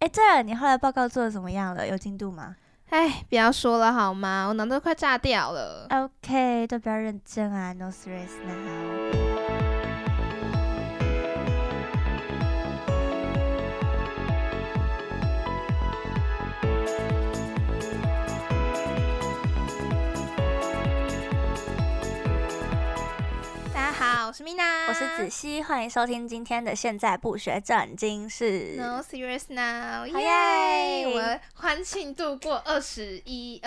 对了，你后来报告做的怎么样了？有进度吗？ 不要说了好吗？我脑都快炸掉了。 OK， 都不要认真啊 ，No stress now。 大家好，我是 Mina， 我是子熙，欢迎收听今天的现在不学正经事。 No serious now， 好耶！我们欢庆度过20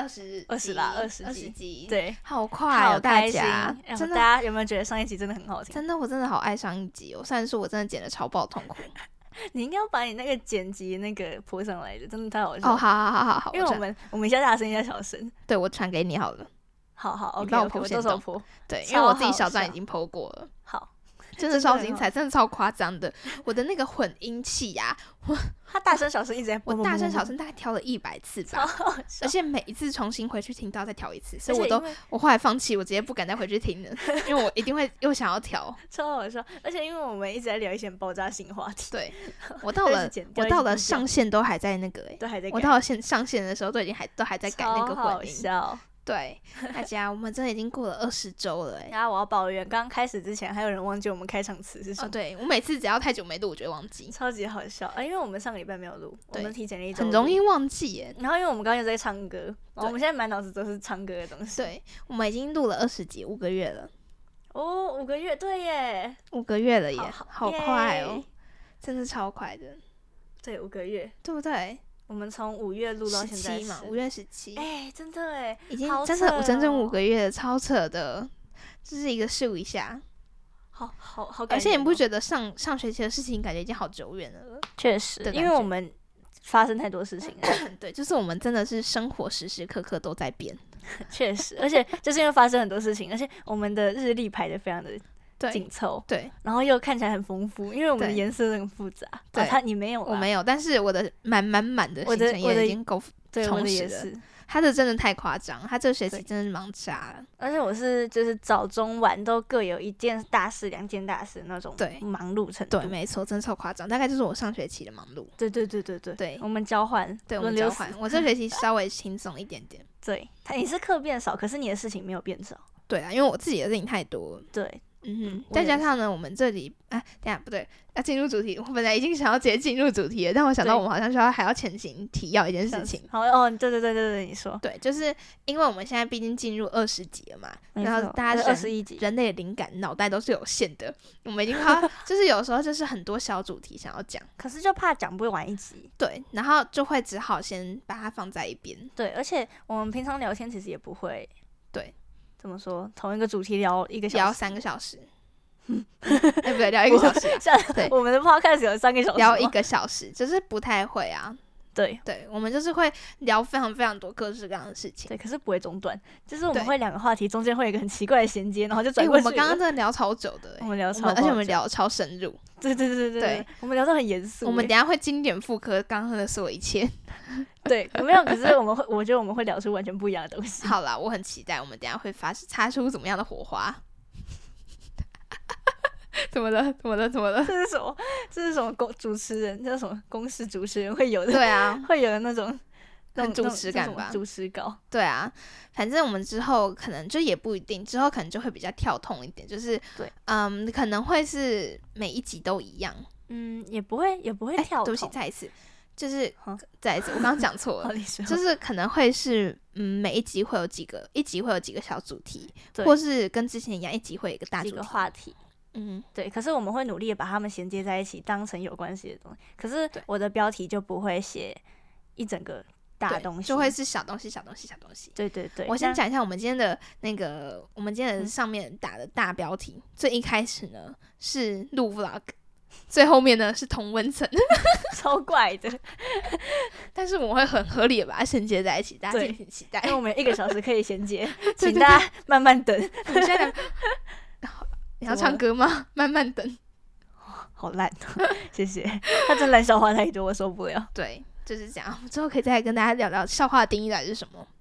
集， 对， 好快哦，大开心！ 家真的， 大家有没有觉得上一集真的很好听？ 真的，我真的好爱上一集哦。虽然说我真的剪得超爆痛苦， 你应该要把你那个剪辑那个播上来的，真的太好笑了。 哦，好， 因为我们一下大声一下小声。 对，我传给你好了。 好 OK， 帮我先动。对，因为我自己小站已经 po 过了。 好， 真的超精彩，真的超夸张的。我的那个混音器呀， 他大声小声一直在播， 我大声小声大概调了100次吧，而且每一次重新回去听都要再调一次，所以我后来放弃，我直接不敢再回去听了，因为我一定会又想要调， 超好笑。而且因为我们一直在聊一些爆炸性话题， 对，我到了上线都还在那个都还在改， 我到了上线的时候都还在改那个混音， 超好笑。 对，大家，我们真的已经过了20周了然后我要抱怨，刚开始之前还有人忘记我们开场词是什么。 对，我每次只要太久没录，我就会忘记， 超级好笑因为我们上个礼拜没有录，我们提前了1周， 很容易忘记耶。 然后因为我们刚刚又在唱歌，我们现在满脑子都是唱歌的东西。 对，我们已经录了20集，5个月了。 哦，5个月，对耶 ，5个月了耶，好快哦，真的超快的。 对，5个月， 对不对？ 我们从5月录到现在嘛，5月17， 真的已经真的整整5个月，超扯的，这是一个数一下， 好感人。 而且你不觉得上学期的事情感觉已经好久远了？ 确实，因为我们发生太多事情了。 对，就是我们真的是生活时时刻刻都在变， 确实，而且就是因为发生很多事情，而且我们的日历排得非常的紧凑， 对， 然后又看起来很丰富，因为我们的颜色很复杂。对，你没有， 我没有，但是我的满的行程也已经够充实了。他的真的太夸张，他这个学期真的是忙炸了。 而且我是就是早中晚都各有1件大事、2件大事那种忙碌程度。 对，没错，真的超夸张，大概就是我上学期的忙碌。 对，我们交换， 对，我们交换。我这学期稍微轻松一点点。 对，你是课变少，可是你的事情没有变少。 对啊，因为我自己的事情太多了。 对。 再加上呢，我们这里等一下不对，要进入主题。我本来已经想要直接进入主题了，但我想到我们好像还要前行提要一件事情。 好对，你说。 对，就是因为我们现在毕竟进入20集了嘛，然后大家 21集， 人类的灵感脑袋都是有限的，我们已经就是有时候就是很多小主题想要讲， 可是就怕讲不完一集。 对，然后就会只好先把它放在一边。 对，而且我们平常聊天其实也不会。 对。 怎么说？同一个主题聊1个小时， 聊3个小时，不对，聊1个小时。 对，我们的 podcast 有3个小时， 聊1个小时，就是不太会啊。 对， 我们就是会聊非常非常多各式各样的事情。 对，可是不会中断，就是我们会2个话题中间会有一个很奇怪的衔接，然后就转过去。 我们刚刚真的聊超久的， 我们聊超， 而且我们聊超深入。 对，我们聊得很严肃。 我们等一下会经典复刻刚刚的所有一切。 对，没有，可是我觉得我们会聊出完全不一样的东西。 好啦，我很期待我们等一下会擦出怎么样的火花。怎么了？ 这是什么主持人？这是什么公司主持人会有的？ 对啊， 会有的那种主持感吧？ 主持稿。 对啊，反正我们之后可能就也不一定，之后可能就会比较跳痛一点，就是对， 可能会是每一集都一样， 也不会跳痛。 对不起，再一次。就是再一次，我刚刚讲错了， 就是可能会是每一集会有几个小主题，或是跟之前一样，一集会有一个大主题， 几个话题。对。可是我们会努力的把它们衔接在一起，当成有关系的东西。可是我的标题就不会写一整个大东西， 就会是小东西。 对。 我先讲一下我们今天的我们今天的上面打的大标题。最一开始呢是录 vlog。最后面呢是同温层， 超怪的， 但是我们会很合理的把它衔接在一起，大家敬请期待。 因为我们1个小时可以衔接，请大家慢慢等。 你现在你要唱歌吗？慢慢等。 好烂，谢谢。他真烂笑话太多，我受不了。 对，就是这样。之后可以再跟大家聊聊笑话的定义到底是什么。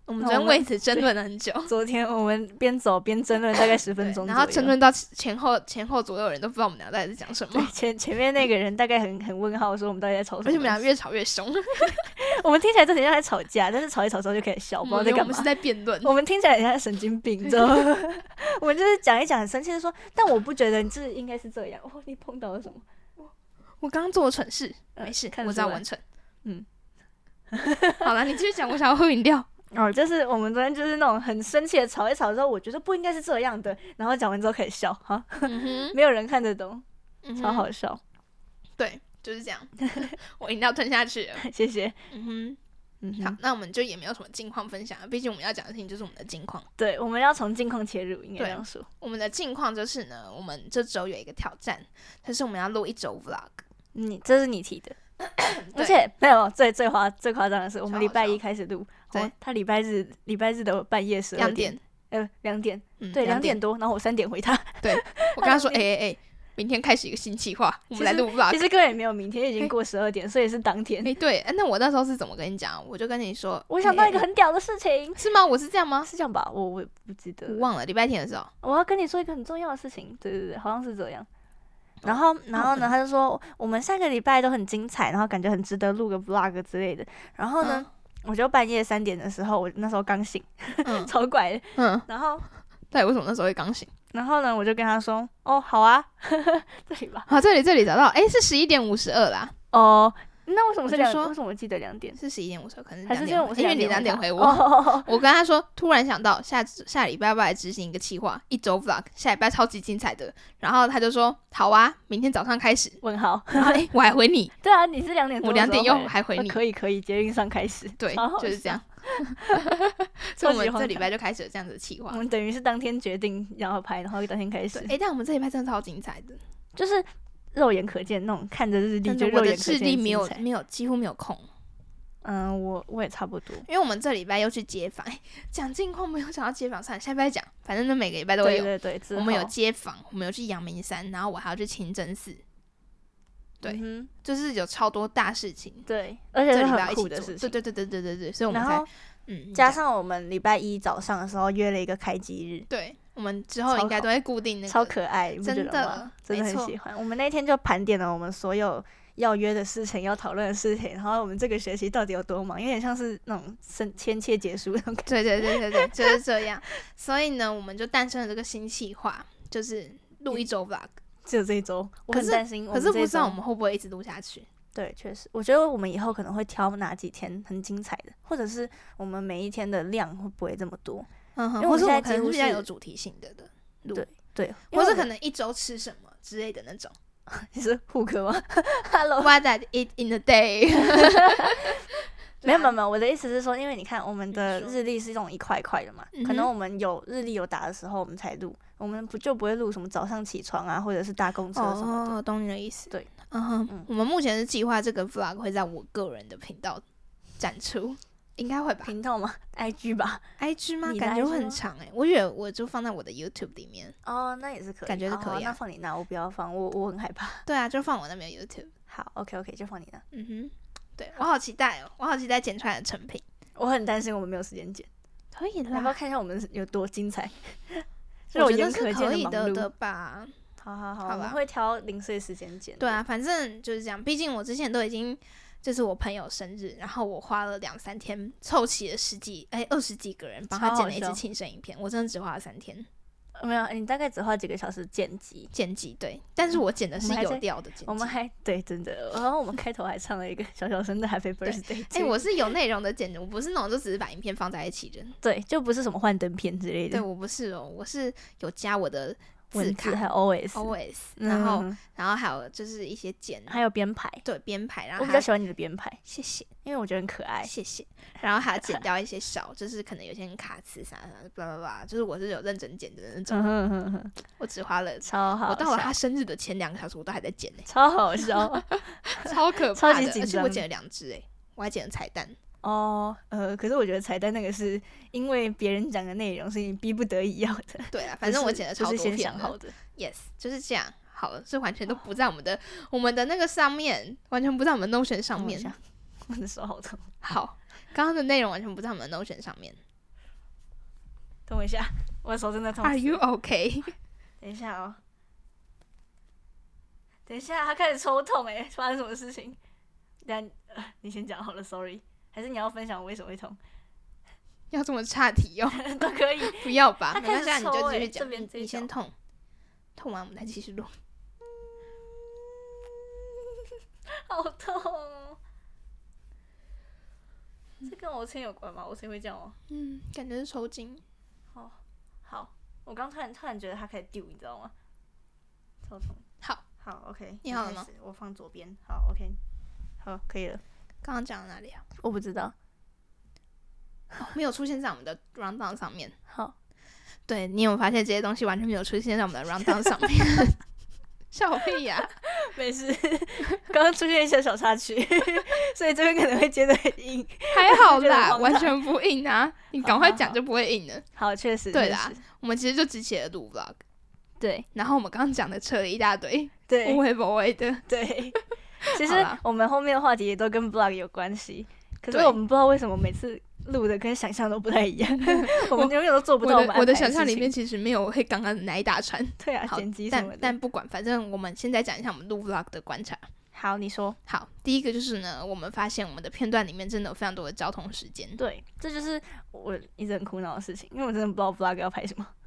我们昨天为此争论了很久。 昨天我们边走边争论大概10分钟， 然后争论到前后左右人都不知道我们俩到底在讲什么。 对，前面那个人大概很问号，说我们到底在吵什么。 而且我们俩越吵越凶。 我们听起来真的像在吵架，但是吵一吵之后就开始笑，不知道在干嘛。 我们是在辩论。 我们听起来很像神经病，你知道吗？我们就是讲一讲很生气的说，但我不觉得你这应该是这样。哦，你碰到了什么？ 我刚刚做了蠢事，没事，我知道完成。好了，你继续讲，我想要喝饮料。 就是我们昨天就是那种很生气的吵一吵之后，我觉得不应该是这样的，然后讲完之后开始笑，哈，没有人看得懂，超好笑。 对，就是这样。我饮料吞下去了， 谢谢。 好，那我们就也没有什么近况分享了，毕竟我们要讲的事情就是我们的近况。 对，我们要从近况切入，应该这样说。 我们的近况就是呢，我们这周有一个挑战，就是我们要录1周 vlog。 这是你提的。而且没有最夸张的是，我们礼拜1开始录，他礼拜日的半夜12点，2点，对，2点多，然后我3点回他， 对，我跟他说，明天开始一个新计划，我们来录 vlog。 其实根本也没有明天，已经过12点，所以是当天。 对，那我那时候是怎么跟你讲？我就跟你说， 我想到一个很屌的事情， 是吗？我是这样吗？ 是这样吧？我不记得， 我忘了。礼拜天的时候， 我要跟你说一个很重要的事情，对，好像是这样。然后呢，他就说我们下个礼拜都很精彩，然后感觉很值得录个 vlog 之类的。然后呢，我就半夜3点的时候，我那时候刚醒，超怪的。然后， 对，为什么那时候会刚醒？ 然后呢，我就跟他说，好啊，这里吧。 好，这里找到，是11点52啦。 那为什么是为什么我记得2点？ 是11点52，可能是还是因为你2点回我。我跟他说，突然想到下礼拜要不要来执行一个企划，1周 vlog， 下礼拜超级精彩的。然后他就说好啊，明天早上开始。 问号。 然后我还回你。 对啊，你是2点多， 我2点又还回你。 可以，捷运上开始。 对，就是这样。所以我们这礼拜就开始有这样子的企划。 我们等于是当天决定然后拍，然后当天开始。 但我们这礼拜真的超精彩的， 就是肉眼可见那种，看着日历就肉眼可见。 我的日历没有几乎没有空。 我也差不多， 因为我们这礼拜又去街访，讲近况没有讲到街访，算了，下礼拜讲，反正每个礼拜都有。 对， 我们有街访，我们有去阳明山，然后我还要去清真寺。对，就是有超多大事情。 对，而且是很酷的事情。 对，所以我们才加上我们礼拜1早上的时候约了一个开机日。 对，我们之后应该都会固定那个。 超可爱， 真的很喜欢。我们那天就盘点了我们所有要约的事情、要讨论的事情，然后我们这个学期到底有多忙，有点像是那种签切结束那种感觉。 对，就是这样。所以呢，我们就诞生了这个新企划，就是录1周 vlog。 只有这一周，我很担心。 可是不知道我们会不会一直录下去。 对，确实，我觉得我们以后可能会挑哪几天很精彩的，或者是我们每一天的量会不会这么多？因为我现在几乎是比较有主题性的录。 对， 或是可能1周吃什么之类的那种。 你是护科吗？Hello， What I eat in a day 没有，我的意思是说，因为你看我们的日历是这种一块一块的嘛，可能我们日历有打的时候我们才录，我们不会录什么早上起床啊，或者是搭公车什么的。 懂你的意思。 对， 我们目前是计划这个 vlog 会在我个人的频道展出，应该会吧？ 频道吗 ？IG 吧 ？IG 吗？感觉会很长我以为我就放在我的 YouTube 里面。 那也是可以， 感觉是可以。 那放你那，我不要放，我很害怕。 对啊，就放我那边 YouTube。 好 ，OK， 就放你那。 对，我好期待我好期待剪出来的成品。 我很担心我们没有时间剪。 可以啦， 要不要看一下我们有多精彩？ 我觉得是可以的吧。 好，我们会挑零碎时间剪。 对啊，反正就是这样。毕竟我之前都已经，就是我朋友生日，然后我花了2-3天凑齐了20几个人帮他剪了一支庆生影片，我真的只花了3天。 没有，你大概只花几个小时剪辑， 对，但是我剪的是有调的剪辑。 我们还对，真的，然后我们开头还唱了一个小声的 Happy Birthday。 我是有内容的剪的，我不是那种就只是把影片放在一起的。 对，就不是什么幻灯片之类的。 对，我不是我是有加我的文字还有 OS， 然后还有就是一些还有编排。 对，编排。然后我比较喜欢你的编排， 谢谢， 因为我觉得很可爱。 谢谢。然后还要剪掉一些就是可能有些人卡词啥的，巴拉巴拉，就是我是有认真剪的那种。我只花了超好， 我到了他生日的前2个小时，我都还在剪超好笑， 超可怕的， 超级紧张。 而且我剪了2支我还剪了彩蛋。 可是我觉得彩蛋那个是因为别人讲的内容，是你逼不得已要的。 对啊，反正我剪了超多片先想好的。 Yes， 就是这样。好了，这完全都不在我们的那个上面，完全不在我们 Notion 上面。 我的手好痛。 好，刚刚的内容完全不在我们的 Notion 上面。 等我一下，我的手真的痛死了。 Are you okay？ 等一下哦，等一下，他开始抽痛发生什么事情？你先讲好了 ，sorry， 还是你要分享我为什么会痛？ 要这么岔题哦？ 都可以， 不要吧？ 他开始抽没关系，你就继续讲。你先痛，痛完我们再继续录。 好痛哦！这跟我签有关吗？我签会这样哦。 感觉是抽筋。 哦，好，我刚突然觉得它开始丢，你知道吗？超痛。好 ，OK。 你好了吗？ 我放左边。好 ，OK。好，可以了。 刚刚讲到哪里啊？ 我不知道。 没有出现在我们的 rundown 上面。 好， 对，你有没有发现这些东西完全没有出现在我们的 rundown 上面？笑屁呀！ 没事，刚刚出现一些小插曲，所以这边可能会接得很硬。 还好啦，完全不硬啊！你赶快讲就不会硬了。 好，确实。 对啦，我们其实就只写了录 vlog。 对， 然后我们刚刚讲的扯了一大堆， 对， 无微不微的。 对，其实我们后面的话题也都跟 vlog 有关系，可是我们不知道为什么每次录的跟想象都不太一样，我们永远都做不到我的想象里面其实没有会刚刚的那一大串。 对啊，剪辑什么的。 但不管，反正我们现在讲一下我们录 vlog 的观察。 好，你说。 好，第一个就是呢，我们发现我们的片段里面真的有非常多的交通时间。 对，这就是我一直很苦恼的事情，因为我真的不知道 vlog 要拍什么。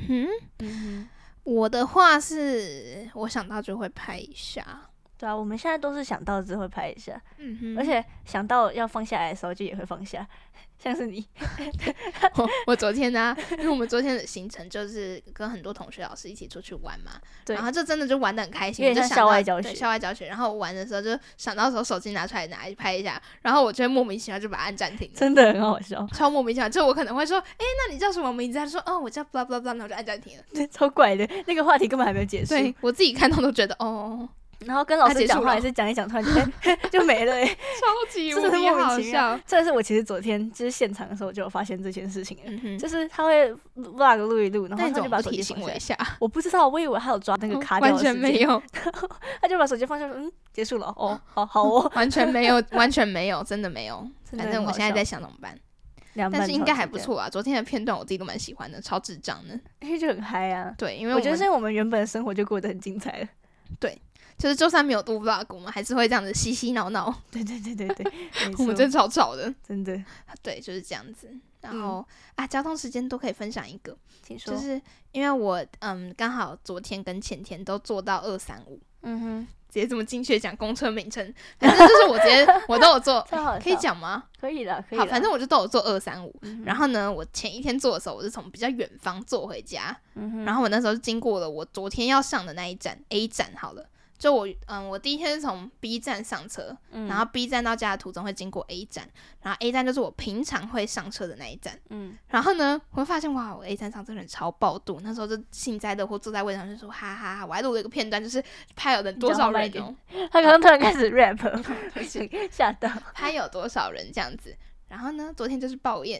我的话是我想到就会拍一下。 对啊，我们现在都是想到只会拍一下，而且想到要放下来的时候就也会放下，像是你。 我昨天呢，因为我们昨天的行程就是跟很多同学老师一起出去玩嘛，然后就真的就玩得很开心， 有点像校外教学。 对，校外教学。然后我玩的时候就想到时候手机拿出来拍一下，然后我就会莫名其妙就把它按暂停， 真的很好笑， 超莫名其妙。就我可能会说，那你叫什么名字？他说，我叫 blah blah blah， 然后我就按暂停了。 对，超怪的，那个话题根本还没有结束。 对，我自己看到都觉得然后跟老师讲话也是讲一讲，突然就没了超级无敌好笑。 这是我其实昨天就是现场的时候就有发现这件事情就是他会 vlog 录一录，然后他就把手机放下。我不知道，我以为他有抓那个卡掉的时间， 完全没有。 他就把手机放下，结束了。好哦， 完全没有，完全没有，真的没有。反正我现在在想怎么办。但是应该还不错啊，昨天的片段我自己都蛮喜欢的，超智障的， 因为就很嗨啊。 对，因为我觉得是因为我们原本的生活就过得很精彩了。 对。就是就算没有录 vlog， 我们还是会这样子嬉嬉闹闹。 对， 我们真吵吵的， 真的。 对，就是这样子。然后交通时间都可以分享一个， 请说。 就是因为我刚好昨天跟前天都坐到235，直接这么精确讲公车名称，反正就是我都有坐，可以讲吗？ 可以的， 好，反正我就都有坐235。然后呢，我前一天坐的时候，我是从比较远方坐回家，然后我那时候就经过了我昨天要上的那一站 A 站，好了。就我第一天是从 B 站上车，然后 B 站到家的途中会经过 A 站，然后 A 站就是我平常会上车的那一站，然后呢，我会发现哇，我 A 站上真的人超爆度，那时候就幸灾乐祸坐在位置上就说哈哈哈，我还录了一个片段，就是拍有多少人他刚刚突然开始 rap， 吓到， 拍有多少人这样子。然后呢，昨天就是报应，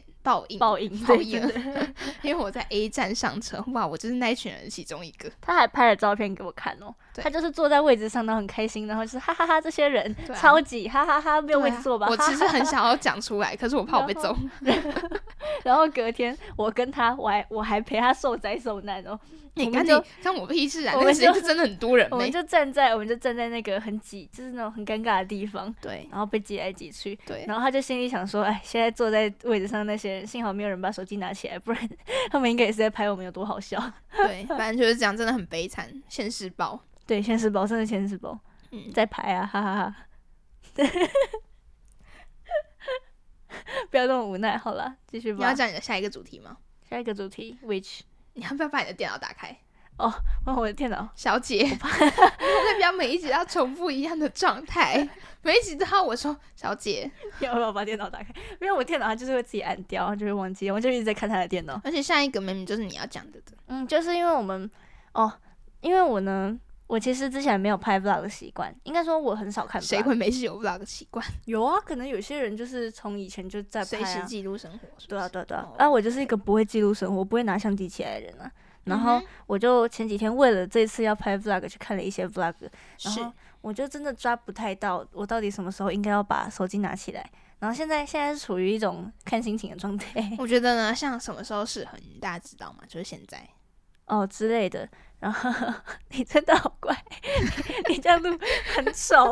因为我在 A 站上车，哇，我就是那一群人其中一个。 他还拍了照片给我看他就是坐在位置上，然后很开心，然后就是哈哈哈，这些人超级哈哈哈，没有位置坐吧？ 我其实很想要讲出来，可是我怕我被揍。 然后隔天我跟他，我还陪他受灾受难你赶紧关我屁事啊！那个时间就真的很多人， 我们就站在那个很挤，就是那种很尴尬的地方， 对， 然后被挤来挤去， 对， 然后他就心里想说，哎，现在坐在位置上那些人，幸好没有人把手机拿起来，不然他们应该也是在拍我们有多好笑。 对，反正就是这样，真的很悲惨，现世报。 对，现世报，真的现世报，在拍啊，哈哈哈。不要那么无奈，好了，继续吧。 你要讲你的下一个主题吗？ 下一个主题 ，which 你要不要把你的电脑打开？ 我的电脑， 小姐，我怕代表每一集要重复一样的状态，每一集都要我说小姐， 要不要把电脑打开？因为我电脑它就是会自己按掉，就会忘记，我就一直在看他的电脑。 而且下一个明明就是你要讲的。 就是因为我们因为我呢。我其实之前没有拍 vlog 的习惯，应该说我很少看 vlog。 谁会没事有 vlog 的习惯？ 有啊，可能有些人就是从以前就在拍随时记录生活。 对啊，我就是一个不会记录生活、不会拿相机起来的人啊。然后我就前几天为了这次要拍 vlog 去看了一些 vlog，然后我就真的抓不太到我到底什么时候应该要把手机拿起来。然后现在是处于一种看心情的状态。 我觉得呢，像什么时候适合你，大家知道吗？就是现在之类的。然后你真的好乖，你这样录很丑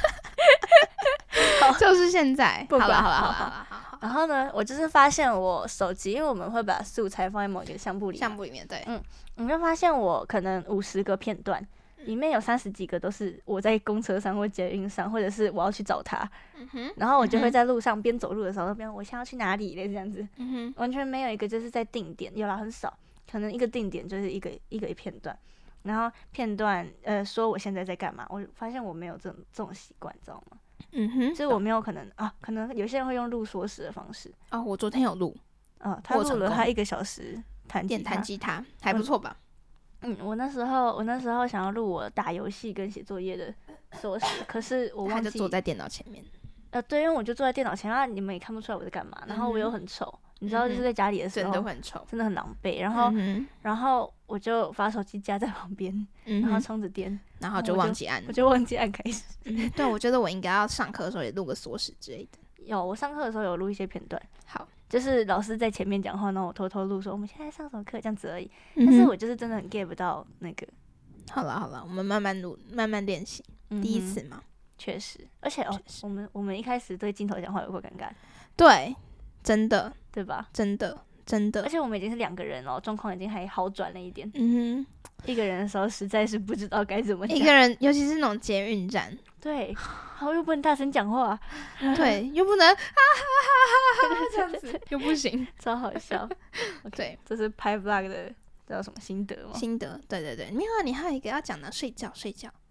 就是现在。 不管好了。 然后呢，我就是发现我手机，因为我们会把素材放在某一个相簿里面，对， 我就发现我可能50个片段，里面有30几个都是我在公车上或捷运上，或者是我要去找他，然后我就会在路上边走路的时候边我现在要去哪里嘞这样子，完全没有一个就是在定点，有啦很少，可能一个定点就是一个片段，然后片段说我现在在干嘛，我发现我没有这种习惯，知道吗？就是我没有可能有些人会用录缩时的方式。 我昨天有录， 他录了他1个小时弹吉他，还不错吧？ 我那时候想要录我打游戏跟写作业的缩时，可是我忘记。 他就坐在电脑前面。 对，因为我就坐在电脑前面，你们也看不出来我在干嘛，然后我又很丑，你知道，就是在家里的时候真的很丑， 真的很狼狈。然后我就把手机夹在旁边，然后充着电， 然后就忘记按， 我就忘记按开始。 对，我觉得我应该要上课的时候也录个缩时之类的。 我上课的时候有录一些片段， 好， 就是老师在前面讲话，然后我偷偷录说我们现在上什么课这样子而已。但是我就是真的很 get 不到那个。 好了，我们慢慢录，慢慢练习。第一次嘛， 确实，而且我们一开始对镜头讲话有过尴尬。 对，真的， 对吧？ 真的。 而且我们已经是2个人了，状况已经还好转了一点。一个人的时候实在是不知道该怎么讲。 一个人，尤其是那种捷运站， 对，然后又不能大声讲话， 对，又不能这样子，又不行， 超好笑。 对， 这是拍 vlog 的叫什么心得吗？ 心得，对。没有，你还有一个要讲的，睡觉。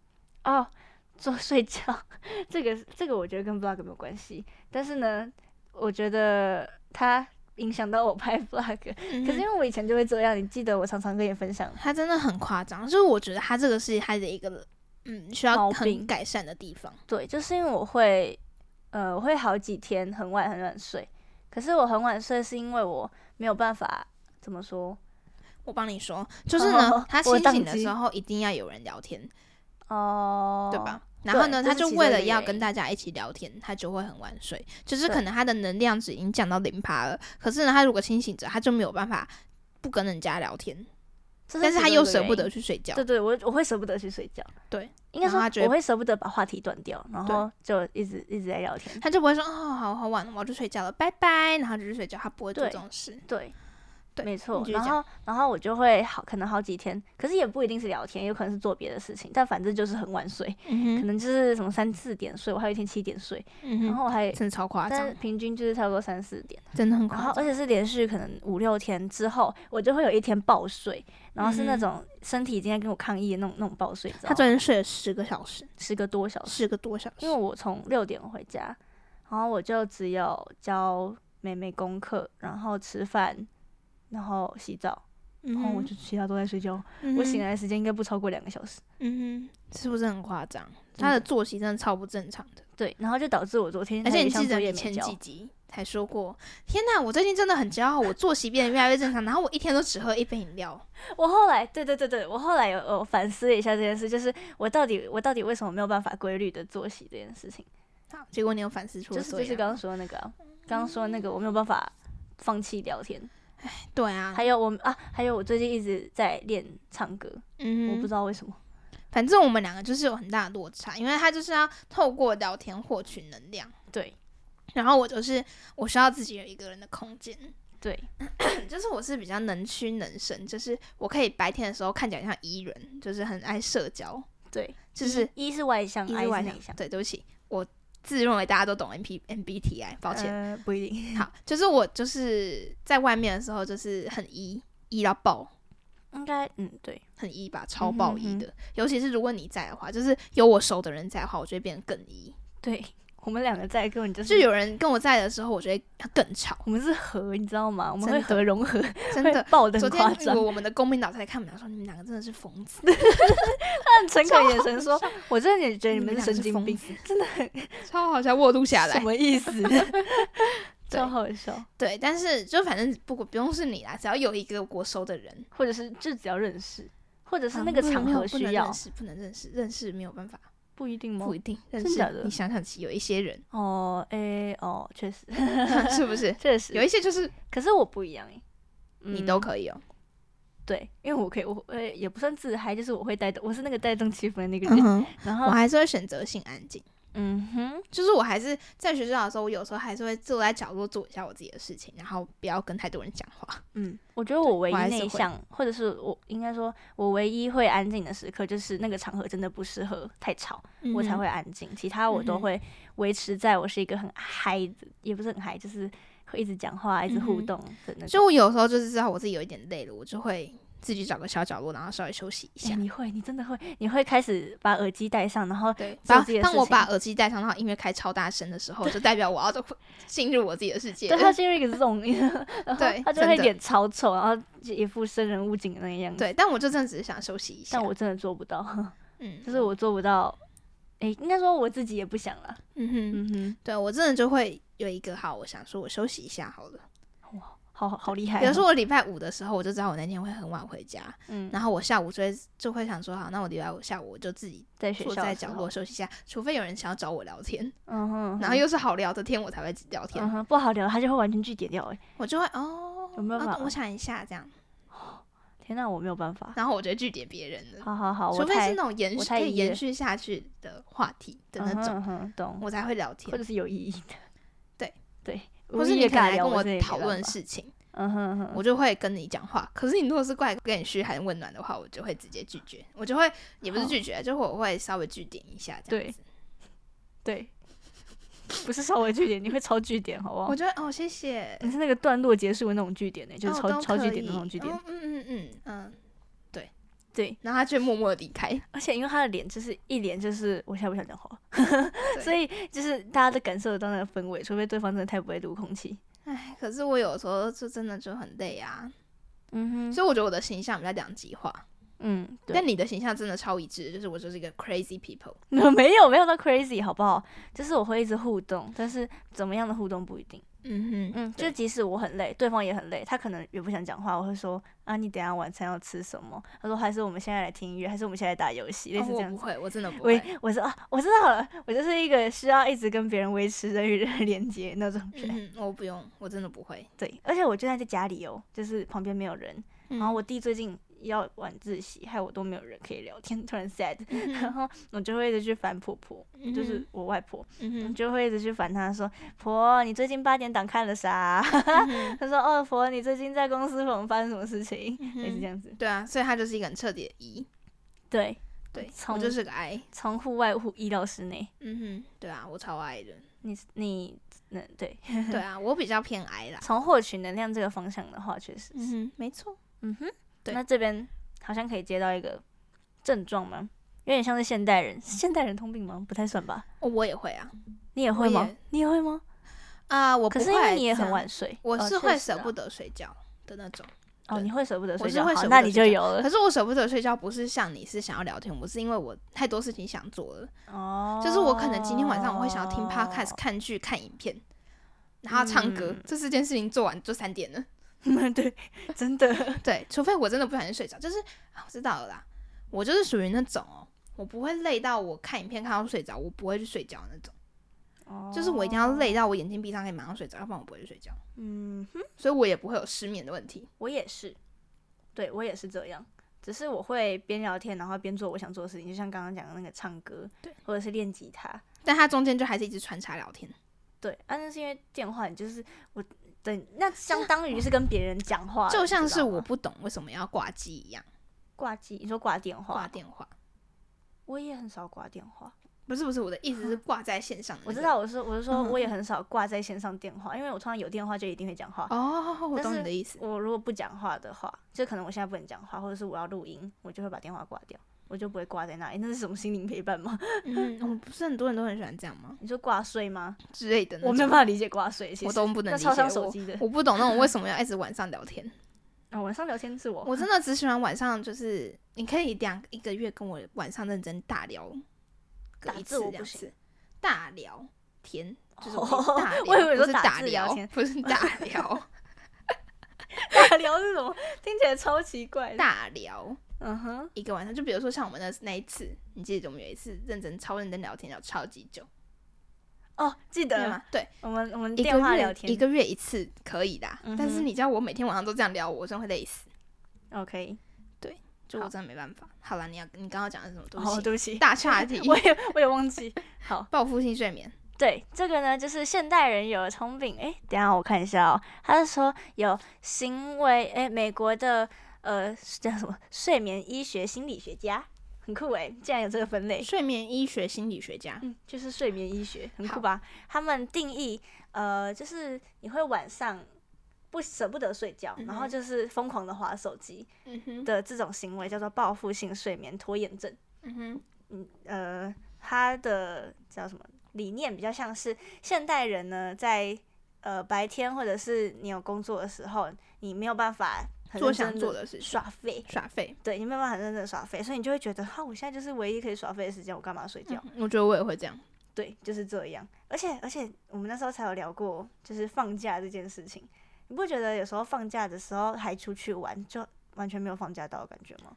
睡觉，这个我觉得跟 vlog 没有关系，但是呢，我觉得它影响到我拍 vlog，可是因为我以前就会这样，你记得我常常跟你分享， 他真的很夸张，就是我觉得他这个是他的一个需要很改善的地方。 对，就是因为我会好几天很晚睡，可是我很晚睡是因为我没有办法怎么说， 我帮你说，就是呢，他清醒的时候一定要有人聊天，对吧？然后呢，他就为了要跟大家一起聊天，他就会很晚睡，就是可能他的能量值已经降到0%了。可是呢，他如果清醒着，他就没有办法不跟人家聊天，但是他又舍不得去睡觉。 对，我会舍不得去睡觉。对，应该说我会舍不得把话题断掉，然后就一直在聊天。 他就不会说好晚了，我要去睡觉了，拜拜，然后就去睡觉。他不会做这种事。 对。没错，然后我就会可能好几天，可是也不一定是聊天，有可能是做别的事情，但反正就是很晚睡，可能就是什么3、4点睡，我还有一天7点睡，然后我还真的超夸张， 但平均就是差不多3、4点， 真的很夸张， 而且是连续可能5、6天之后，我就会有一天暴睡，然后是那种身体已经在跟我抗议的那种暴睡， 他昨天睡了10个小时 ，10个多小时，因为我从6点回家，然后我就只有教妹妹功课，然后吃饭。然后洗澡，然后我就其他都在睡觉。我醒来的时间应该不超过2个小时。 是不是很夸张？他的作息真的超不正常的。 对，然后就导致我昨天， 而且你记得你前几集才说过，天哪，我最近真的很骄傲，我作息变得越来越正常，然后我一天都只喝1杯饮料。 我后来，对，我后来有反思了一下这件事，就是我到底为什么没有办法规律的作息这件事情。 好，结果你有反思出来， 就是刚刚说那个，我没有办法放弃聊天。 对啊， 还有我最近一直在练唱歌，我不知道为什么。 反正我们2个就是有很大的落差，因为他就是要透过聊天获取能量， 对。 然后我需要自己有一个人的空间， 对， 就是我是比较能屈能伸，就是我可以白天的时候看起来像E人，就是很爱社交， 对， 就是 E是外向，I 是内向， 对不起，我自认为大家都懂 MBTI， 抱歉， 不一定。 好，就是我就是在外面的时候就是很 E 到爆， 应该对， 很 E 吧，超爆 E 的，尤其是如果你在的话，就是有我熟的人在的话，我就会变得更 E。 对，我们2个在根本就有人跟我在的时候，我觉得更吵。 我们是核，你知道吗？我们会核融合， 真的爆得很夸张。 昨天我们的公民导在看我们说，你们2个真的是疯子。 他很诚恳眼神说：“我真的也觉得你们是神经病，真的很超好笑。”我录下来， 什么意思？超好笑。 对，但是就反正不用是你啦，只要有一个我熟的人， 或者是就只要认识，或者是那个场合需要， 不能认识没有办法。 不一定吗？ 不一定，但真假的是你想想，有一些人确实是不是？ 确实有一些就是， 可是我不一样你都可以哦。 对，因为我也不算自嗨，就是我是那个带动气氛的那个人，然后我还是会选择性安静。 就是我还是在学校的时候，我有时候还是会坐在角落做一下我自己的事情，然后不要跟太多人讲话。 我觉得我唯一内向，或者是我应该说，我唯一会安静的时刻，就是那个场合真的不适合太吵，我才会安静。其他我都会维持在我是一个很嗨的，也不是很嗨，就是会一直讲话、一直互动的那种。 就我有时候就是知道我自己有一点累了，我就会自己找个小角落，然后稍微休息一下。 你真的会，你会开始把耳机戴上，然后对， 做自己的事情。 当我把耳机戴上，然后音乐开超大声的时候，就代表我要进入我自己的世界。 对，他进入一个 zone， 对， 他就会脸超丑，然后一副生人勿近的那个样子。 对，但我就真的只是想休息一下。 但我真的做不到，就是我做不到。应该说我自己也不想啦。 对，我真的就会有一个我想说我休息一下好了。 哇，好厉害！ 比如说我礼拜5的时候，我就知道我那天会很晚回家，然后我下午就会想说，好，那我礼拜5下午我就自己坐在角落休息一下，除非有人想要找我聊天，然后又是好聊的天，我才会聊天。 不好聊，他就会完全拒点掉。 我就会有没有办法？ 我想一下这样。 天哪，我没有办法。 然后我就拒点别人的。 好， 除非是那种可以延续下去的话题的那种， 懂， 我才会聊天， 或者是有意义的。对， 或是你可能来跟我讨论事情，我就会跟你讲话。可是你如果是过来跟你嘘寒问暖的话，我就会直接拒绝。我就会也不是拒绝，就我会稍微据点一下这样子。对， 不是稍微据点，你会超据点，好不好？ 我觉得谢谢。 你是那个段落结束的那种据点就是超据点的那种据点。对， 然后他就默默的离开， 而且因为他的脸就是一脸就是我现在不想讲话，所以就是大家都感受得到那个氛围，除非对方真的太不会读空气。 可是我有时候就真的就很累啊，所以我觉得我的形象比较两极化。但你的形象真的超一致，就是我就是一个 crazy people。 没有到 crazy 好不好？就是我会一直互动，但是怎么样的互动不一定。就即使我很累，对方也很累，他可能也不想讲话，我会说你等一下晚餐要吃什么？他说还是我们现在来听音乐，还是我们现在来打游戏，类似这样子。 我不会，我真的不会。 我说我知道了，我就是一个需要一直跟别人维持人与人的连接那种人。 我不用，我真的不会。 对，而且我就算在家里就是旁边没有人，然后我弟最近要晚自习，害我都没有人可以聊天，突然 sad，然后我就会一直去烦婆婆，就是我外婆，就会一直去烦她说，婆，你最近8点档看了啥？她说婆，你最近在公司发生什么事情？类似这样子。 对啊，所以他就是一个很彻底的E。 对， 我就是个 I， 从户外移到室内。 对啊，我超 I 的。 你对对啊，我比较偏 I 啦。 从获取能量这个方向的话，确实是。 没错。 对，那这边好像可以接到一个症状吗？有点像是现代人通病吗？不太算吧。 我也会啊。 你也会吗？你也会吗？ 我不会。 可是因为你也很晚睡， 我是会舍不得睡觉的那种。 你会舍不得睡觉， 好， 那你就有了。 可是我舍不得睡觉，不是像你是想要聊天，我是因为我太多事情想做了。就是我可能今天晚上我会想要听 podcast、看剧、看影片，然后唱歌，这4件事情做完就3点了。 对，真的。 对，除非我真的不小心睡着，就是我知道了啦。我就是属于那种我不会累到我看影片看到睡着，我不会去睡觉那种。就是我一定要累到我眼睛闭上可以马上睡着，要不然我不会去睡觉。所以我也不会有失眠的问题。 我也是，对，我也是这样。只是我会边聊天，然后边做我想做的事情，就像刚刚讲的那个唱歌，对，或者是练吉他。 但它中间就还是一直穿插聊天。 对，那是因为电话，你就是我。对，那相当于是跟别人讲话， 就像是我不懂为什么要挂机一样。 挂机？你说挂电话？ 挂电话， 我也很少挂电话。 不是，我的意思是挂在线上的。 我知道，我是说，我也很少挂在线上电话，因为我通常有电话就一定会讲话。 我懂你的意思。 我如果不讲话的话，就可能我现在不能讲话，或者是我要录音，我就会把电话挂掉。我就不会挂在那里，那是什么心灵陪伴吗？ 不是很多人都很喜欢这样吗？ 你说挂睡吗之类的？ 我没有办法理解挂睡，其实我都不能理解。 超伤手机的， 我不懂那种为什么要一直晚上聊天。 晚上聊天是我真的只喜欢晚上，就是你可以1个月跟我晚上认真大聊个1次2次，大聊天就是大聊， 我以为不是打聊， 不是大聊。 大聊是什么？听起来超奇怪的。 大聊一个晚上，就比如说像我们那一次，你记得我们有一次超认真聊天聊超级久。 哦，记得吗？对， 我们电话聊天一个月一次可以的，但是你知道我每天晚上都这样聊我真的会累死。 OK， 对，就我真的没办法。好了，你刚刚讲的是什么东西？对不起， 大岔题， 我也忘记。好， 报复性睡眠。 对，这个呢就是现代人有的通病。等一下我看一下哦，他是说有行为，美国的叫什么睡眠医学心理学家。很酷竟然有这个分类， 睡眠医学心理学家， 就是睡眠医学，很酷吧？他们定义，就是你会晚上舍不得睡觉，然后就是疯狂的滑手机的这种行为叫做报复性睡眠拖延症。他的叫什么理念比较像是现代人呢，在白天或者是你有工作的时候，你没有办法做想做的事情， 耍废，对，你没有办法很认真的耍废，所以你就会觉得，我现在就是唯一可以耍废的时间，我干嘛睡觉？ 我觉得我也会这样， 对，就是这样。而且我们那时候才有聊过，就是放假这件事情，你不觉得有时候放假的时候还出去玩，就完全没有放假到的感觉吗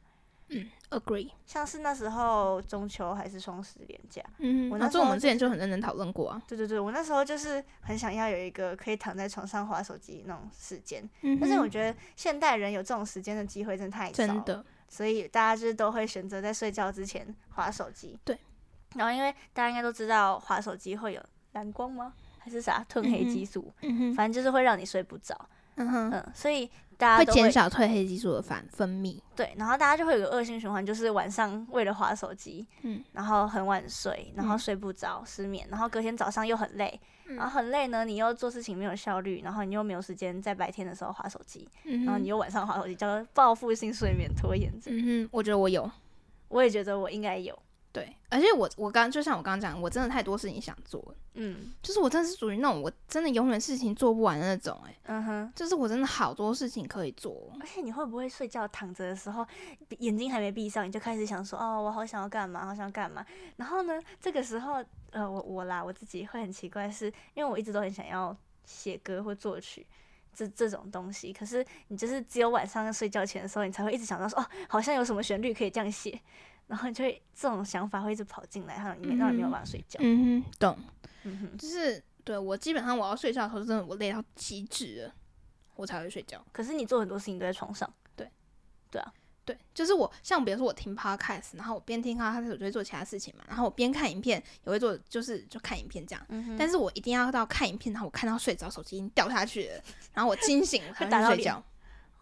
？Agree。 像是那时候中秋还是双十连假， 我们之前就很认真讨论过啊。 对，我那时候就是很想要有一个可以躺在床上滑手机那种时间，但是我觉得现代人有这种时间的机会真的太少了， 真的， 所以大家就是都会选择在睡觉之前滑手机。 对， 然后因为大家应该都知道滑手机会有蓝光吗？还是啥褪黑激素？反正就是会让你睡不着。所以大家都会减少褪黑激素的分泌。 对，然后大家就会有个恶性循环，就是晚上为了滑手机，然后很晚睡，然后睡不着，失眠，然后隔天早上又很累，然后很累呢，你又做事情没有效率，然后你又没有时间在白天的时候滑手机，然后你又晚上滑手机，叫做报复性睡眠拖延症。 我觉得我有， 我也觉得我应该有。 对，而且就像我刚刚讲，我真的太多事情想做了，就是我真的是属于那种我真的永远事情做不完的那种，就是我真的好多事情可以做。 而且你会不会睡觉躺着的时候，眼睛还没闭上，你就开始想说，我好想要干嘛，好想要干嘛。然后呢，这个时候，我自己会很奇怪，是因为我一直都很想要写歌或作曲这种东西，可是你就是只有晚上睡觉前的时候，你才会一直想到说，好像有什么旋律可以这样写。然后就会这种想法会一直跑进来，让你没有办法睡觉。 懂。就是对我基本上我要睡觉的时候，真的我累到极致了，我才会睡觉。 可是你做很多事情都在床上。对啊， 对，就是像比如说我听 podcast， 然后我边听 podcast 我就会做其他事情嘛，然后我边看影片也会做，就看影片这样。但是我一定要到看影片，然后我看到睡着，手机已经掉下去了，然后我清醒我才会睡觉。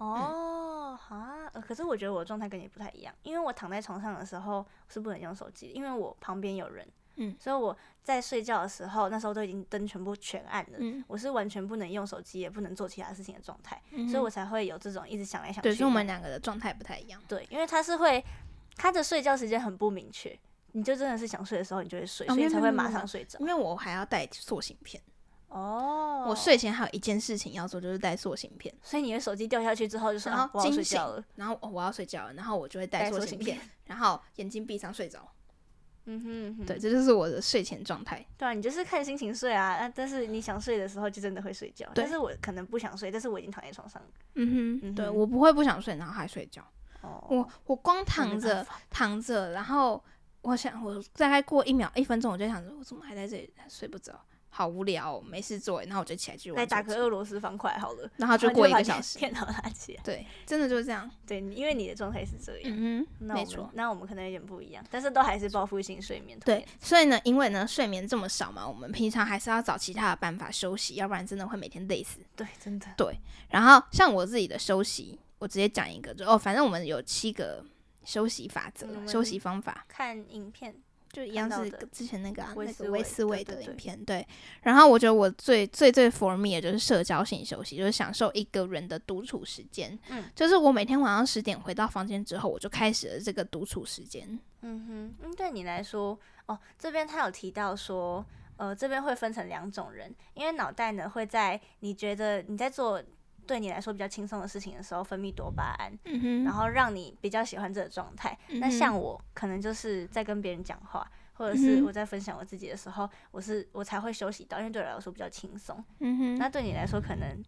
可是我觉得我的状态跟你不太一样，因为我躺在床上的时候是不能用手机，因为我旁边有人，所以我在睡觉的时候，那时候都已经灯全部全暗了，我是完全不能用手机，也不能做其他事情的状态，所以我才会有这种一直想来想去。 对，所以我们两个的状态不太一样。 对，因为他的睡觉时间很不明确，你就真的是想睡的时候你就会睡，所以你才会马上睡着。 因为我还要带塑形片。我睡前还有一件事情要做，就是带塑形片。 所以你的手机掉下去之后就说，我要睡觉了， 然后我要睡觉了，然后我就会带塑形片，然后眼睛闭上睡着。对，这就是我的睡前状态。 对啊，你就是看心情睡啊，但是你想睡的时候就真的会睡觉。但是我可能不想睡，但是我已经躺在床上。 对，我不会不想睡，然后还睡觉。我光躺着，然后我大概过1分钟，我就想着我怎么还在这里睡不着。好无聊没事做，然后我就起来去玩。 再打个俄罗斯方块好了， 然后就过1个小时， 电脑拿起来。 对，真的就是这样。 对，因为你的状态是这样。没错。 那我们可能有点不一样，但是都还是报复性睡眠。 对，所以呢，因为呢睡眠这么少嘛，我们平常还是要找其他的办法休息，要不然真的会每天累死。 对，真的。 对，然后像我自己的休息，我直接讲一个，反正我们有7个休息法则、休息方法。 看影片。 就一样是之前那个威斯韦的影片， 对。 然后我觉得我最 for me 的就是社交性休息，就是享受一个人的独处时间。就是我每天晚上10点回到房间之后，我就开始了这个独处时间。 对你来说，这边他有提到说，这边会分成2种人，因为脑袋呢会在你觉得你在做对你来说比较轻松的事情的时候分泌多巴胺，然后让你比较喜欢这个状态。那像我可能就是在跟别人讲话，或者是我在分享我自己的时候，我才会休息到，因为对我来说比较轻松。那对你来说可能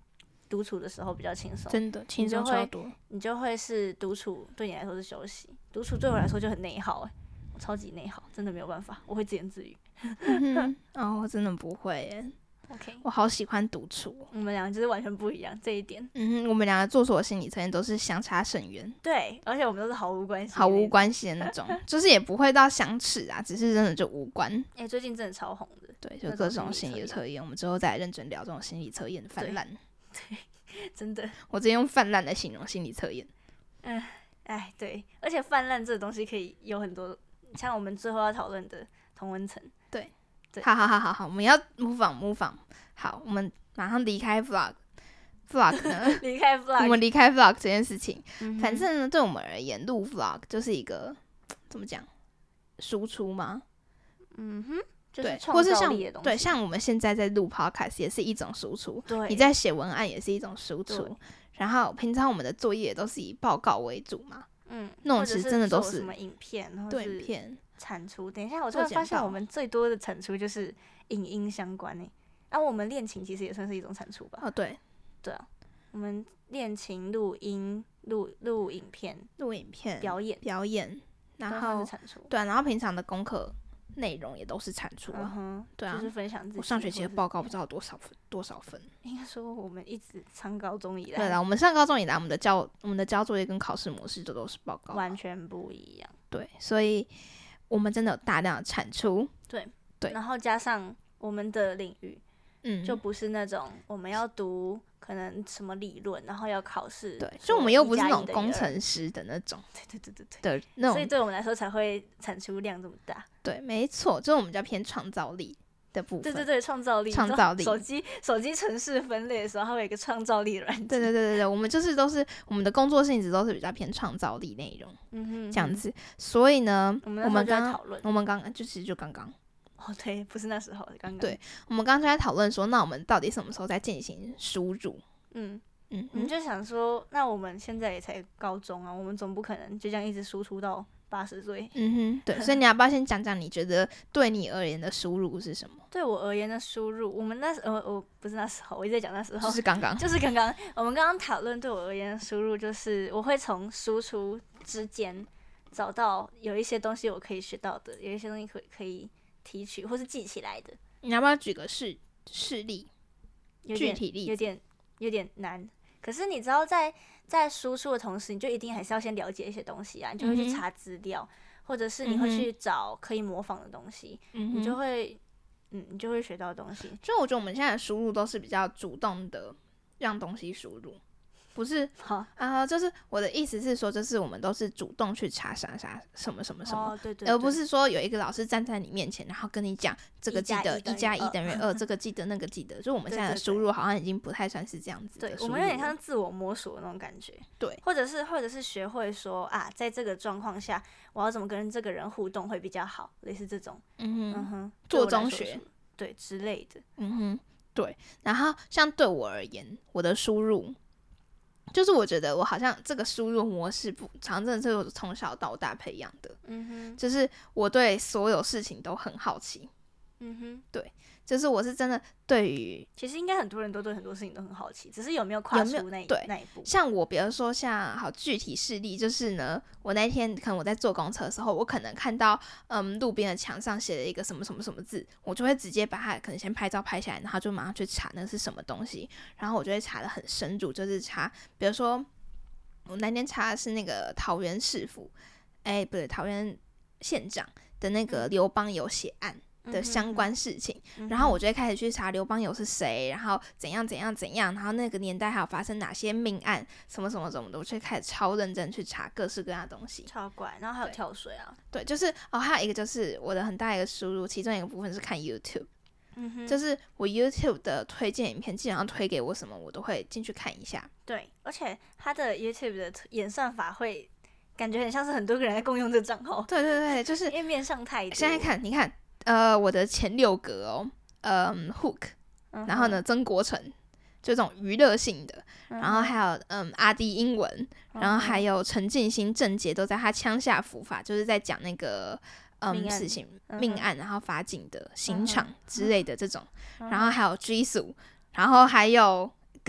独处的时候比较轻松， 真的轻松超多。 你就会是独处对你来说是休息，独处对我来说就很内耗我超级内耗，真的没有办法，我会自言自语。 我真的不会耶。 OK， 我好喜欢独处。 我们两个就是完全不一样这一点。 我们两个做所有心理测验都是相差甚远。 对，而且我们都是毫无关系的那种， 就是也不会到相斥啊，只是真的就无关。 最近真的超红的。 对，就各种心理测验，我们之后再来认真聊这种心理测验的泛滥。 对，真的， 我直接用泛滥来形容心理测验。 对，而且泛滥这个东西可以有很多，像我们最后要讨论的同温层。 对，好，我们要move on。好，我们马上离开 vlog 呢？ 离开 vlog， 我们离开 vlog 这件事情，反正呢，对我们而言，录 vlog 就是一个怎么讲，输出吗？ 就是或是创造力的东西。 对，像我们现在在录 podcast 也是一种输出， 对， 你在写文案也是一种输出。然后平常我们的作业都是以报告为主嘛，那种其实真的都是什么影片，然后对影片产出。等一下，我突然发现我们最多的产出就是影音相关我们练琴其实也算是一种产出吧。 对啊，我们练琴、录音、录影片、表演， 然后产出。 对，然后平常的功课内容也都是产出对啊， 就是分享自己。 我上学期的报告不知道多少分。 应该说我们一直上高中以来， 对啦，我们上高中以来，我们的交作业跟考试模式都是报告， 完全不一样。 对，所以我们真的有大量的产出。对， 然后加上我们的领域，就不是那种我们要读可能什么理论，然后要考试。 对，就我们又不是那种工程师的那种。 对的那种， 所以对我们来说才会产出量这么大。 对，没错，就是我们比较偏创造力的部分。 对，创造力。手机程式分类的时候，它会有一个创造力软件。 对，我们就是都是我们的工作性质都是比较偏创造力内容，这样子。所以呢，我们刚刚就刚刚。 对，不是那时候，刚刚。 对，我们刚刚就在讨论说，那我们到底什么时候在进行输入？ 我们就想说，那我们现在也才高中啊，我们总不可能就这样一直输出到80岁。 对，所以你要不要先讲讲你觉得对你而言的输入是什么？ 对我而言的输入，我们我不是那时候，我一直在讲那时候， 就是刚刚， 我们刚刚讨论对我而言的输入，就是我会从输出之间找到有一些东西我可以学到的，有一些东西可以提取或是记起来的。 你要不要举个事例？具体例子有点难。可是你知道在输出的同时，你就一定还是要先了解一些东西啊，你就会去查资料，或者是你会去找可以模仿的东西，你就会学到东西。 就我觉得我们现在的输入都是比较主动的让东西输入，不是就是我的意思是说，就是我们都是主动去查什么什么什么， 对， 而不是说有一个老师站在你面前，然后跟你讲这个记得1+1等于2，这个记得那个记得，就我们现在的输入好像已经不太算是这样子的输入了。 对，我们有点像自我摸索的那种感觉。 对， 或者是学会说在这个状况下，我要怎么跟这个人互动会比较好，类似这种。 做中学对之类的。 对。然后像对我而言，我的输入。就是我觉得我好像这个输入模式常真的是我从小到大培养的，就是我对所有事情都很好奇，对，就是我是真的对于， 其实应该很多人都对很多事情都很好奇，只是有没有跨出那一步。 像我比如说好具体事例就是呢，我那天可能我在坐公车的时候，我可能看到路边的墙上写了一个什么什么什么字，我就会直接把它可能先拍照拍下来，然后就马上去查那是什么东西，然后我就会查得很深入，就是查比如说我那天查的是那个桃园市府不对，桃园县长的那个刘邦友血案的相关事情，然后我就会开始去查刘邦友是谁，然后怎样，然后那个年代还有发生哪些命案，什么什么什么的，我就会开始超认真去查各式各样的东西， 超怪。然后还有跳水啊， 对，就是还有一个就是我的很大一个输入，其中一个部分是看 YouTube，就是我 YouTube 的推荐影片，基本上推给我什么，我都会进去看一下。 对，而且它的 YouTube 的演算法会感觉很像是很多个人在共用这个账号。 对，就是因为面上太多。 现在你看，我的前6格Hook，然后呢曾国成，就这种娱乐性的，然后还有阿弟英文，然后还有陈进兴、郑捷都在他枪下伏法，就是在讲那个事情命案，然后法警的刑场之类的这种，然后还有追诉，然后还有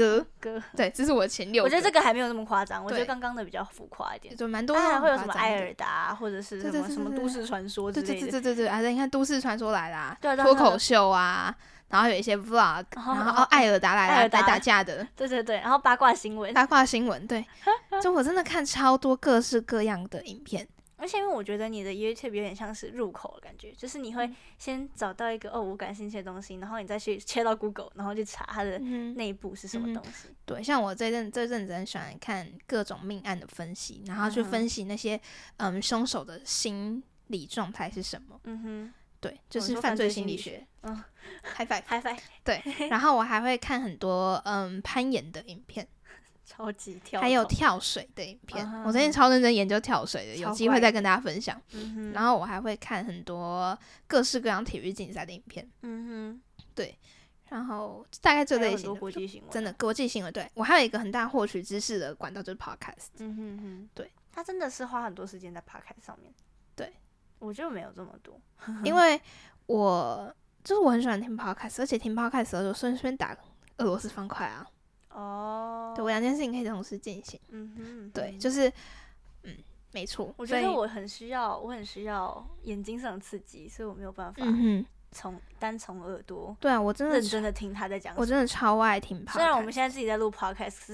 歌， 歌， 对，这是我的前6个。 我觉得这个还没有那么夸张，我觉得对刚刚的比较浮夸一点。 就蛮多当那种然会有什么艾夸张的尔达，或者是什么对对对对对什么都市传说之对类的。 对对对对对，啊，你看都市传说来啦， 对啊对啊脱口秀啊，然后有一些 vlog，然后艾尔达来打架的， 对对对，然后八卦新闻， 八卦新闻，对，就我真的看超多各式各样的影片。 而且因为我觉得你的 YouTube 有点像是入口的感觉，就是你会先找到一个我感兴趣的东西，然后你再去切到 Google，然后去查它的内部是什么东西。 对，像我这阵子很喜欢看各种命案的分析，然后去分析那些凶手的心理状态是什么。对，就是犯罪心理学。High five。对，然后我还会看很多攀岩的影片。 超级跳， 还有跳水的影片，我最近超认真研究跳水的，有机会再跟大家分享。然后我还会看很多各式各样体育竞赛的影片。对，然后大概这类型的国际新闻， 真的国际新闻。对，我还有一个很大获取知识的管道就是 podcast。对， 他真的是花很多时间在 podcast 上面。 对， 我就没有这么多， 因为我很喜欢听 podcast， 而且听 podcast 的时候就顺便打俄罗斯方块啊。对，我2件事情可以同时进行。对，就是没错。 我觉得我很需要眼睛上的刺激，所以我没有办法单从耳朵。 对啊，我真的认真的听他在讲什么。 我真的超爱听 podcast。 虽然我们现在自己在录 podcast， 可是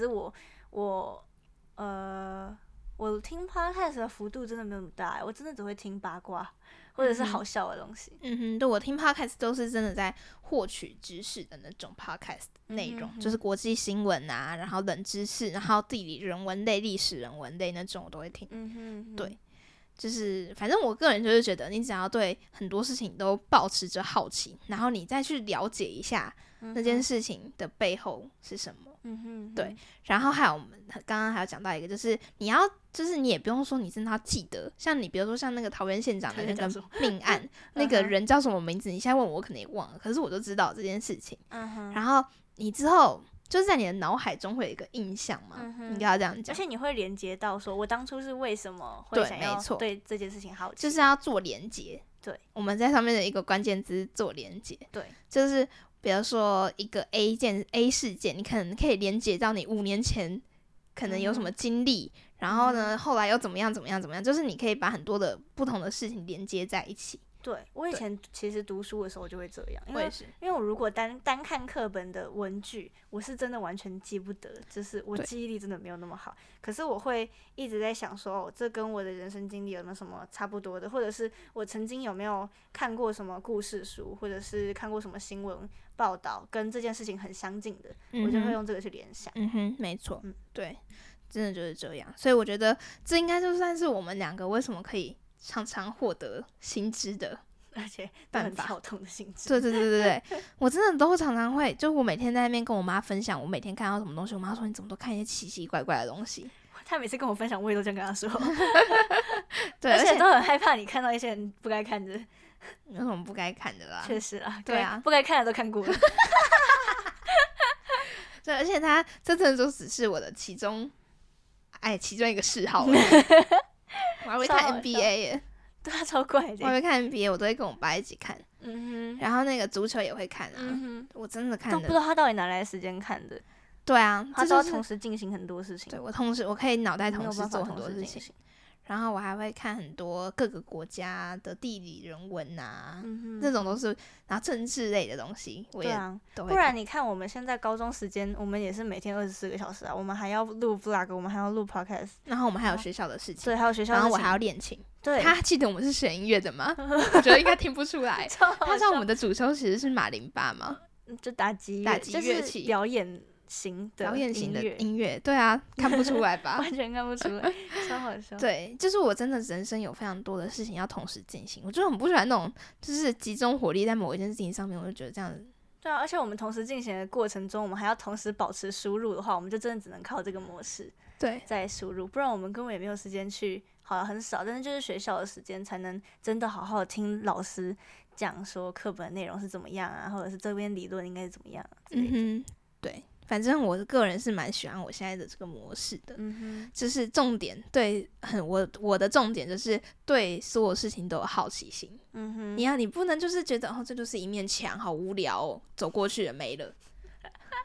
我听 podcast 的幅度真的没有那么大，我真的只会听八卦或者是好笑的东西。 对，我听 podcast 都是真的在获取知识的那种 podcast 内容，就是国际新闻啊，然后冷知识，然后地理人文类、历史人文类那种我都会听。对，就是反正我个人就是觉得，你只要对很多事情都保持着好奇，然后你再去了解一下那件事情的背后是什么。对，然后还有我们刚刚还有讲到一个，就是你也不用说你真的要记得，像你比如说像那个桃园县长的那个命案，那个人叫什么名字？你现在问我可能也忘了，可是我就知道这件事情。然后你之后就是在你的脑海中会有一个印象嘛，应该要这样讲。 而且你会连接到说，我当初是为什么会想要对这件事情好奇， 就是要做连接。 对， 我们在上面的一个关键字做连接。 对， 就是比如说一个 A 事件，你可能可以连接到你5年前可能有什么经历，然后呢后来又怎么样，就是你可以把很多的不同的事情连接在一起。 对，我以前其实读书的时候就会这样，因为我如果单看课本的文句，我是真的完全记不得，就是我记忆力真的没有那么好。可是我会一直在想说，这跟我的人生经历有没有什么差不多的，或者是我曾经有没有看过什么故事书，或者是看过什么新闻报道，跟这件事情很相近的，我就会用这个去联想。 没错，对，真的就是这样。所以我觉得这应该就算是我们2个为什么可以常常获得新知的， 而且都很跳动的新知。 对，我真的都常常会，就我每天在那边跟我妈分享我每天看到什么东西，我妈说你怎么都看一些奇奇怪怪的东西。 她每次跟我分享，我也都这样跟她说。 对， 而且都很害怕你看到一些人不该看的。 有什么不该看的啦？ 确实啊， 对啊， 不该看的都看过了。 对，而且这真的就只是我的其中一个嗜好。我还会看 NBA 耶。 对啊，超怪的。 我会看 NBA， 我都会跟我爸一起看。然后那个足球也会看啊。我真的看都不知道他到底哪来的时间看的。 对啊， 他都要同时进行很多事情。 对，我可以脑袋同时做很多事情。然后我还会看很多各个国家的地理人文啊，那种都是，然后政治类的东西，我也都会看。 不然你看我们现在高中时间，我们也是每天24个小时啊，我们还要录 vlog， 我们还要录 podcast， 然后我们还有学校的事情， 对，还有学校的事情， 然后我还要练琴。 对， 他记得我们是学音乐的吗？我觉得应该听不出来。他知道我们的主修其实是马林巴吗？ 就打击乐器， 表演型的音乐，对啊，看不出来吧？ 完全看不出来，超好笑。 对，就是我真的人生有非常多的事情要同时进行，我就很不喜欢那种就是集中火力在某一件事情上面，我就觉得这样子。 对啊，而且我们同时进行的过程中，我们还要同时保持输入的话，我们就真的只能靠这个模式在输入，不然我们根本也没有时间去，好像很少，但是就是学校的时间才能真的好好的听老师讲说课本的内容是怎么样啊，或者是这边理论应该是怎么样之类的。 对。反正我个人是蛮喜欢我现在的这个模式的，就是重点对我的重点就是对所有事情都有好奇心。你不能就是觉得这就是一面墙，好无聊哦，走过去了没了。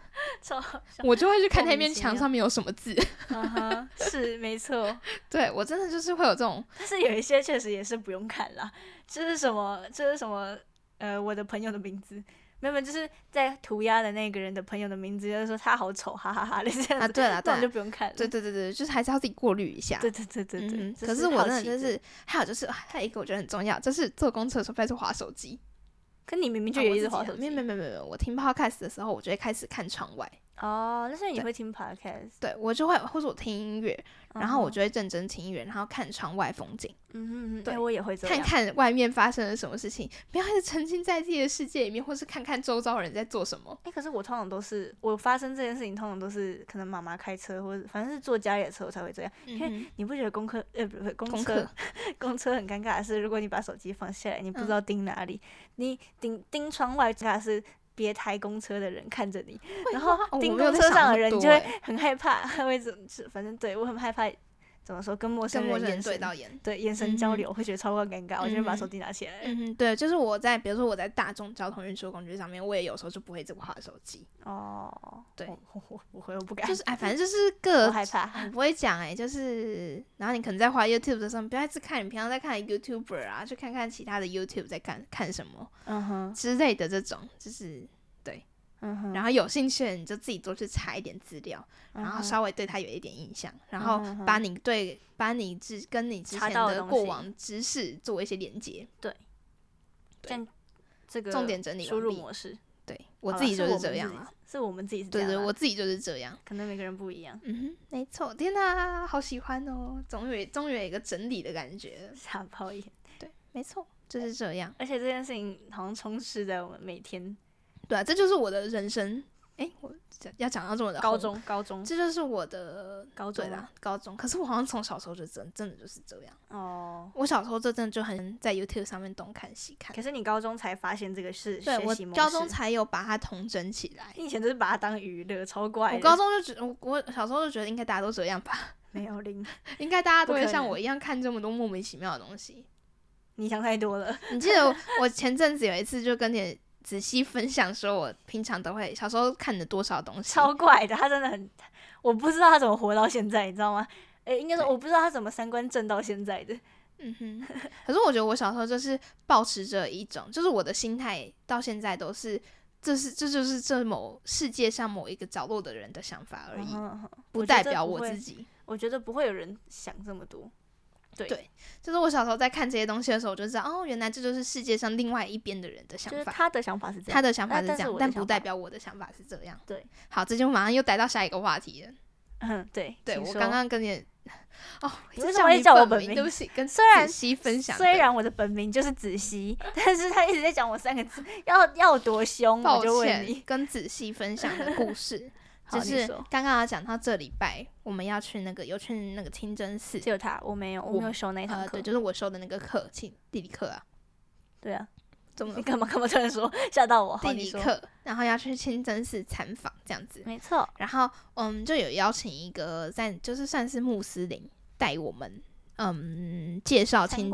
超好笑。 我就会去看那面莫名其妙墙上面有什么字。 是没错。 对我真的就是会有这种， 但是有一些确实也是不用看啦，这是什么？我的朋友的名字。没有，就是在涂鸦的那个人的朋友的名字，就是说他好丑，哈哈哈，类似这样子。 对啦， 这种就不用看了。 对，就是还是要自己过滤一下。 对。 可是我真的就是，还有就是还有一个我觉得很重要，就是坐公车的时候不要去滑手机。 可你明明就有一直滑手机。 没有，我听 podcast 的时候，我就会开始看窗外。 哦，那所以你会听 podcast？ 对，我就会，或者我听音乐，然后我就会认真听音乐，然后看窗外风景。 对，我也会这样。 看看外面发生了什么事情，不要一直沉浸在自己的世界里面，或是看看周遭人在做什么。 可是我通常都是，我发生这件事情通常都是可能妈妈开车，或者反正是坐家里的车我才会这样。因为你不觉得公车很尴尬的是，如果你把手机放下来，你不知道盯哪里，你盯窗外，尴尬是别台公车的人看着你，然后盯公车上的人就会很害怕，会反正对我很害怕，怎么说跟陌生人对到眼， 对眼神交流会觉得超尴尬，我就会把手机拿起来。 对，就是比如说我在大众交通运输工具上面，我也有时候就不会这么滑手机。对， 我不敢， 就是反正就是我害怕， 我不会讲就是然后你可能在滑 YouTube 的时候，不要一直看你平常在看的 YouTuber 啊，去看看其他的 YouTube 在看什么，之类的这种，就是对。然后有兴趣的你就自己多去查一点资料，然后稍微对他有一点印象，然后把你跟你之前的过往知识做一些连接。对， 这个重点整理输入模式。 对，我自己就是这样是我们自己是这样。 对，我自己就是这样。 可能每个人不一样。 没错。天哪，好喜欢哦！终于有一个整理的感觉。 傻爆眼。 对，没错，就是这样。 而且这件事情好像充斥在我们每天。 对啊，这就是我的人生。我要讲到这么的高中， 这就是我的高中啦，高中。可是我好像从小时候就真的就是这样。 我小时候真的就很在 YouTube 上面东看西看。 可是你高中才发现这个是学习模式。 我高中才有把它统整起来。 你以前都是把它当娱乐，超怪的。 我高中就觉得，我小时候就觉得应该大家都这样吧。 没有零， 应该大家都会像我一样看这么多莫名其妙的东西。 你想太多了。 你记得我前阵子有一次就跟你仔细分享说，我平常都会小时候看了多少东西， 超怪的。他真的很，我不知道他怎么活到现在，你知道吗？应该说我不知道他怎么三观正到现在的。 可是我觉得我小时候就是抱持着一种，就是我的心态到现在都是，这就是这某世界上某一个角落的人的想法而已，不代表我自己。 我觉得不会有人想这么多。 对，就是我小时候在看这些东西的时候，我就知道原来这就是世界上另外一边的人的想法。 就是他的想法是这样， 他的想法是这样，但不代表我的想法是这样。 对， 好，这就马上又带到下一个话题了。 对， 我刚刚跟你你为什么会叫我本名？ 对不起，跟子熙分享。 虽然我的本名就是子熙，但是他一直在讲我3个字，要多凶，我就问你。 跟子熙分享的故事。就是刚刚讲到这礼拜我们要去那个清真寺， 只有他，我没有修那堂课。 对，就是我修的那个课，地理课啊。 对啊， 怎么你干嘛突然说吓到我？ 地理课，然后要去清真寺参访这样子。 没错。 然后就有邀请一个就是算是穆斯林带我们介绍清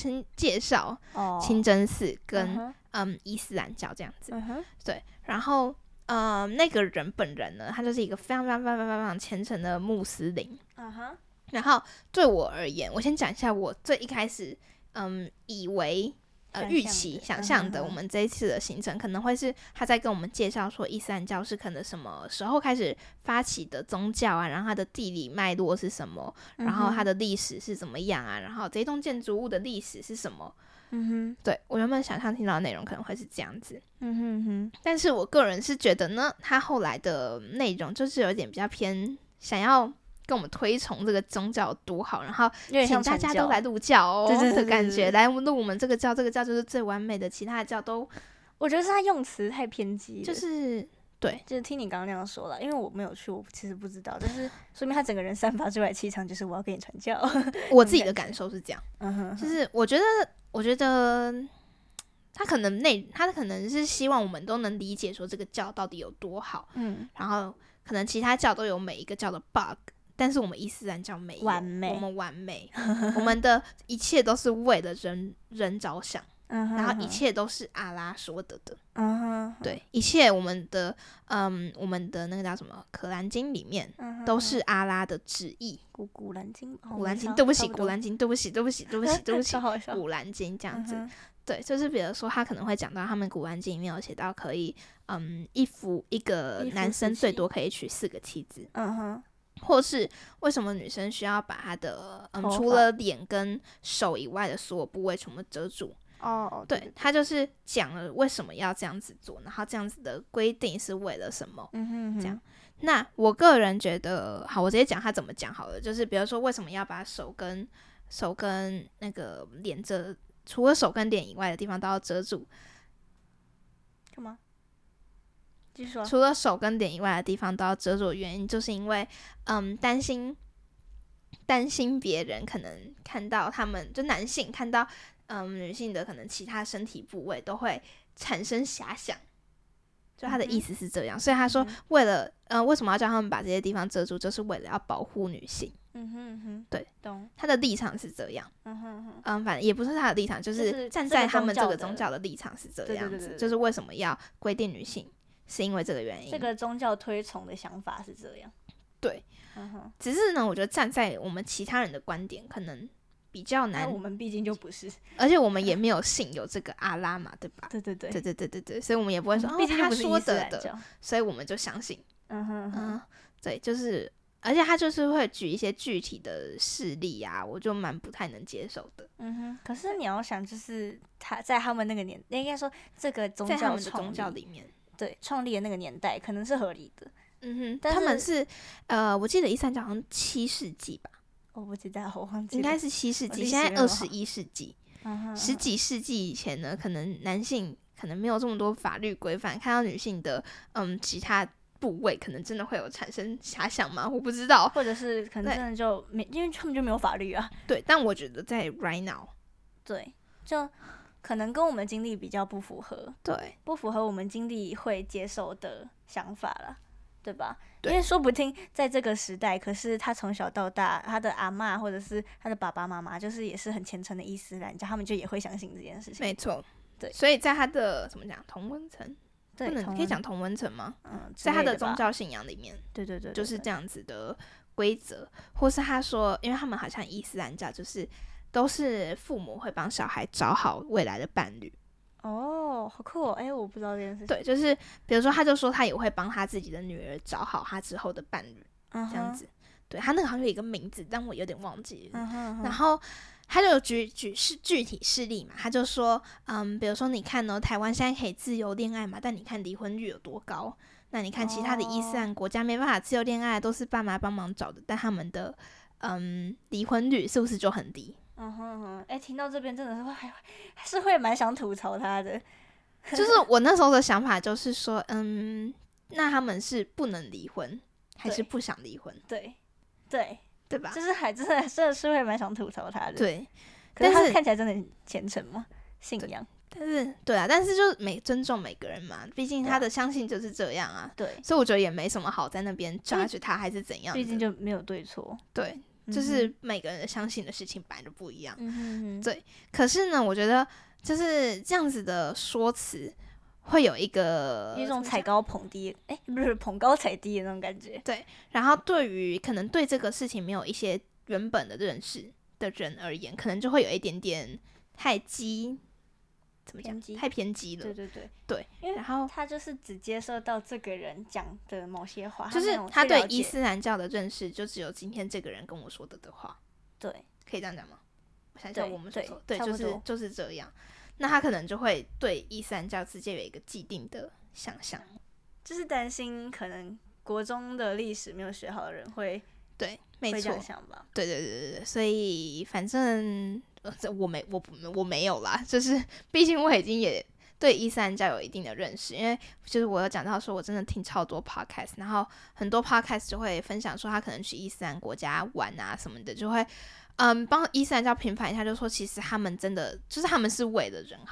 真寺跟伊斯兰教这样子。对，然后那个人本人呢，他就是一个非常非常非常非常虔诚的穆斯林。然后对我而言，我先讲一下我最一开始以为预期想象的我们这一次的行程可能会是他在跟我们介绍说伊斯兰教是可能什么时候开始发起的宗教啊，然后它的地理脉络是什么，然后它的历史是怎么样啊，然后这栋建筑物的历史是什么。对，我原本想象听到的内容可能会是这样子。但是我个人是觉得呢，他后来的内容就是有点比较偏想要跟我们推崇这个宗教有多好，然后请大家都来入教的感觉，来入我们这个教就是最完美的，其他的教都， 我觉得是他用词太偏激了， 就是对， 就是听你刚刚那样说了，因为我没有去，我其实不知道，但是说明他整个人散发出来的气场就是我要跟你传教。 我自己的感受是这样，就是我觉得他可能是希望我们都能理解说这个教到底有多好，然后可能其他教都有每一个教的 bug， 但是我们伊斯兰教没有，我们完美，我们的一切都是为了人着想。 然后一切都是阿拉说的，对，一切我们的那个叫什么可兰经里面都是阿拉的旨意。 古兰经， 对不起，古兰经，对不起，古兰经这样子。对，就是比如说他可能会讲到他们古兰经里面有写到可以一个男生最多可以娶4个妻子，或是为什么女生需要把她的除了脸跟手以外的所有部位全部遮住。对，他就是讲了为什么要这样子做，然后这样子的规定是为了什么，这样。那我个人觉得，好，我直接讲他怎么讲好了，就是比如说为什么要把手跟那个脸遮，除了手跟脸以外的地方都要遮住， 干嘛？继续说。 除了手跟脸以外的地方都要遮住的原因，就是因为担心别人可能看到他们就男性看到女性的可能其他身体部位都会产生遐想，就他的意思是这样，所以他说为什么要叫他们把这些地方遮住，就是为了要保护女性。对，懂。他的立场是这样，反正也不是他的立场，就是站在他们这个宗教的立场是这样子，就是为什么要规定女性，是因为这个原因。 这个宗教推崇的想法是这样。 对，只是呢，我觉得站在我们其他人的观点，可能比较难。 我们毕竟就不是， 而且我们也没有信有这个阿拉嘛，对吧？ 对， 所以我们也不会说， 毕竟他说的，所以我们就相信。对，就是，而且他就是会举一些具体的事例啊，我就蛮不太能接受的。 可是你要想，就是他在他们那个年，应该说这个宗教在他们的宗教里面， 对，创立的那个年代可能是合理的。 他们是我记得伊斯兰教好像7世纪吧， 我不知道，我忘记了， 应该是7世纪，现在21世纪，10几世纪以前呢，可能男性可能没有这么多法律规范，看到女性的其他部位，可能真的会有产生遐想吗？我不知道， 或者是可能真的就没，因为他们就没有法律啊。 对，但我觉得在 right now， 对，就可能跟我们经历比较不符合， 对， 不符合我们经历会接受的想法啦。对吧？因为说不定在这个时代，可是他从小到大，他的阿嬷或者是他的爸爸妈妈，就是也是很虔诚的伊斯兰教，他们就也会相信这件事情。 没错， 对。 所以在他的怎么讲同温层， 对， 可以讲同温层吗？在他的宗教信仰里面， 对， 就是这样子的规则，或是他说，因为他们好像伊斯兰教就是都是父母会帮小孩找好未来的伴侣。 好酷哦！我不知道这件事情。 对，就是比如说，他就说他也会帮他自己的女儿找好他之后的伴侣，这样子。对，他那个好像有一个名字，但我有点忘记了。然后他就举具体事例嘛，他就说，比如说你看呢，台湾现在可以自由恋爱嘛，但你看离婚率有多高？那你看其他的伊斯兰国家没办法自由恋爱，都是爸妈帮忙找的，但他们的离婚率是不是就很低？ 听到这边真的是还是会蛮想吐槽他的。 就是我那时候的想法就是说，那他们是不能离婚，还是不想离婚？对吧？ 就是真的是会蛮想吐槽他的。 对， 可是他看起来真的很虔诚嘛，信仰。 但是对啊，但是就尊重每个人嘛，毕竟他的相信就是这样啊。 对， 所以我觉得也没什么好在那边judge他还是怎样的， 毕竟就没有对错。 对。就是每个人相信的事情本来就不一样，对。可是呢，我觉得就是这样子的说辞，会有一种踩高捧低，不是捧高踩低的那种感觉。 对。然后对于可能对这个事情没有一些原本的认识的人而言，可能就会有一点点怎么讲？太偏激了。对， 因为然后他就是只接受到这个人讲的某些话， 就是他对伊斯兰教的认识就只有今天这个人跟我说的话。 对， 可以这样讲吗？我想想，我们所说，对，就是这样。那他可能就会对伊斯兰教直接有一个既定的想象， 就是担心可能国中的历史没有学好的人会。 对，没错， 对， 所以反正我没有啦，就是毕竟我已经也对伊斯兰教有一定的认识，因为就是我有讲到说我真的听超多 podcast， 然后很多 podcast 就会分享说他可能去伊斯兰国家玩啊什么的，就会帮伊斯兰教平反一下，就说其实他们真的就是他们是为了人好的，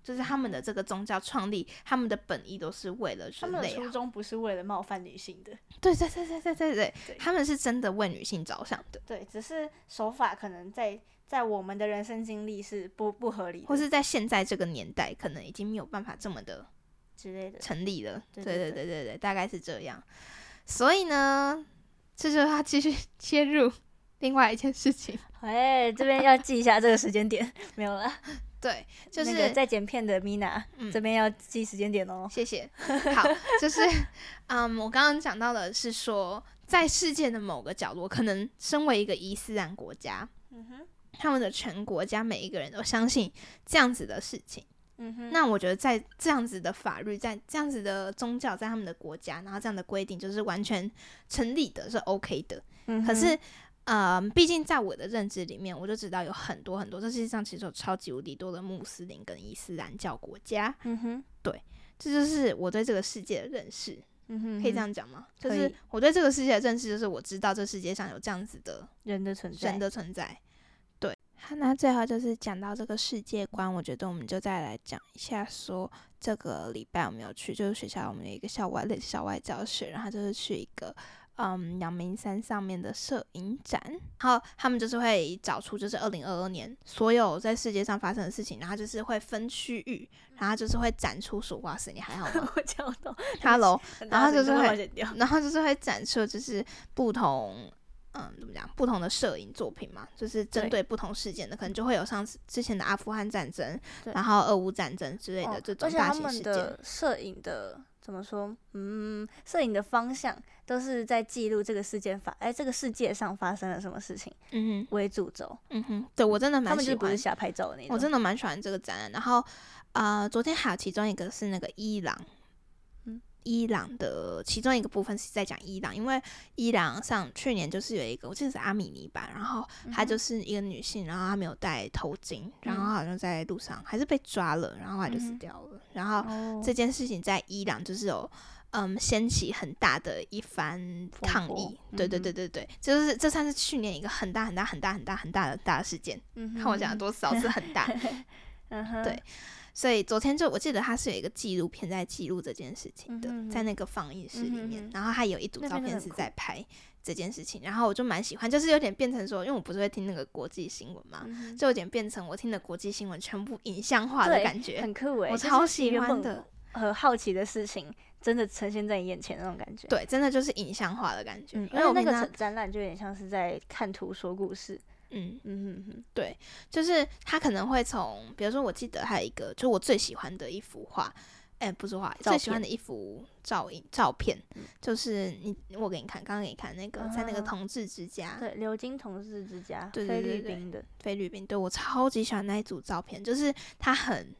就是他们的这个宗教创立，他们的本意都是为了人类他们的初衷不是为了冒犯女性的。 对，他们是真的为女性着想的。 对，只是手法可能在我们的人生经历是不合理的， 或是在现在这个年代，可能已经没有办法这么的之类的成立了。 对， 大概是这样。所以呢，这就是他继续切入另外一件事情。 这边要记一下这个时间点，没有了。 对，就是那个在剪片的 Mina，这边要记时间点哦。 谢谢。好，就是我刚刚讲到的是说，在世界的某个角落，可能身为一个伊斯兰国家，他们的全国家每一个人都相信这样子的事情。那我觉得在这样子的法律，在这样子的宗教，在他们的国家，然后这样的规定就是完全成立的，是 OK 的。可是毕竟在我的认知里面，我就知道有很多很多，这世界上其实有超级无敌多的穆斯林跟伊斯兰教国家。对，这就是我对这个世界的认识。可以这样讲吗？就是我对这个世界的认识，就是我知道这世界上有这样子的人的存在。对，那最后就是讲到这个世界观，我觉得我们就再来讲一下说这个礼拜我们有去，就是学校我们有一个校外教学，然后就是去一个阳明山上面的摄影展，然后他们就是会找出就是2022年所有在世界上发生的事情，然后就是会分区域，然后就是会展出说，哇塞，你还好吗？ 我讲到 Hello， 然后就是会展出就是不同怎么讲，不同的摄影作品嘛，就是针对不同事件的，可能就会有像之前的阿富汗战争，然后俄乌战争之类的这种大型事件。 而且他们的摄影的怎么说？摄影的方向都是在记录这个事件这个世界上发生了什么事情，为主轴。 对，我真的蛮喜欢。 他们就不是瞎拍照的那种。 我真的蛮喜欢这个展览。然后昨天还有其中一个是那个伊朗的其中一个部分是在讲伊朗，因为伊朗上去年就是有一个，我记得是阿米尼吧，然后她就是一个女性，然后她没有戴头巾，然后好像在路上还是被抓了，然后她就死掉了。然后这件事情在伊朗就是有掀起很大的一番抗议。对，就是这算是去年一个很大的事件。看我讲的多少是很大。对。所以昨天我记得他是有一个纪录片在记录这件事情的，在那个放映室里面，然后他有一组照片是在拍这件事情，然后我就蛮喜欢，就是有点变成说，因为我不是会听那个国际新闻嘛，就有点变成我听的国际新闻全部影像化的感觉， 很酷我超喜欢的， 和好奇的事情真的呈现在你眼前那种感觉。 对，真的就是影像化的感觉，因为那个展览就有点像是在看图说故事。对，就是他可能会从，比如说我记得还有一个，就我最喜欢的一幅画，不是画，最喜欢的一幅照片，就是我给你看，刚刚给你看那个，在那个同志之家， 对，流金同志之家， 对， 菲律宾的， 菲律宾，对，我超级喜欢那一组照片，就是它很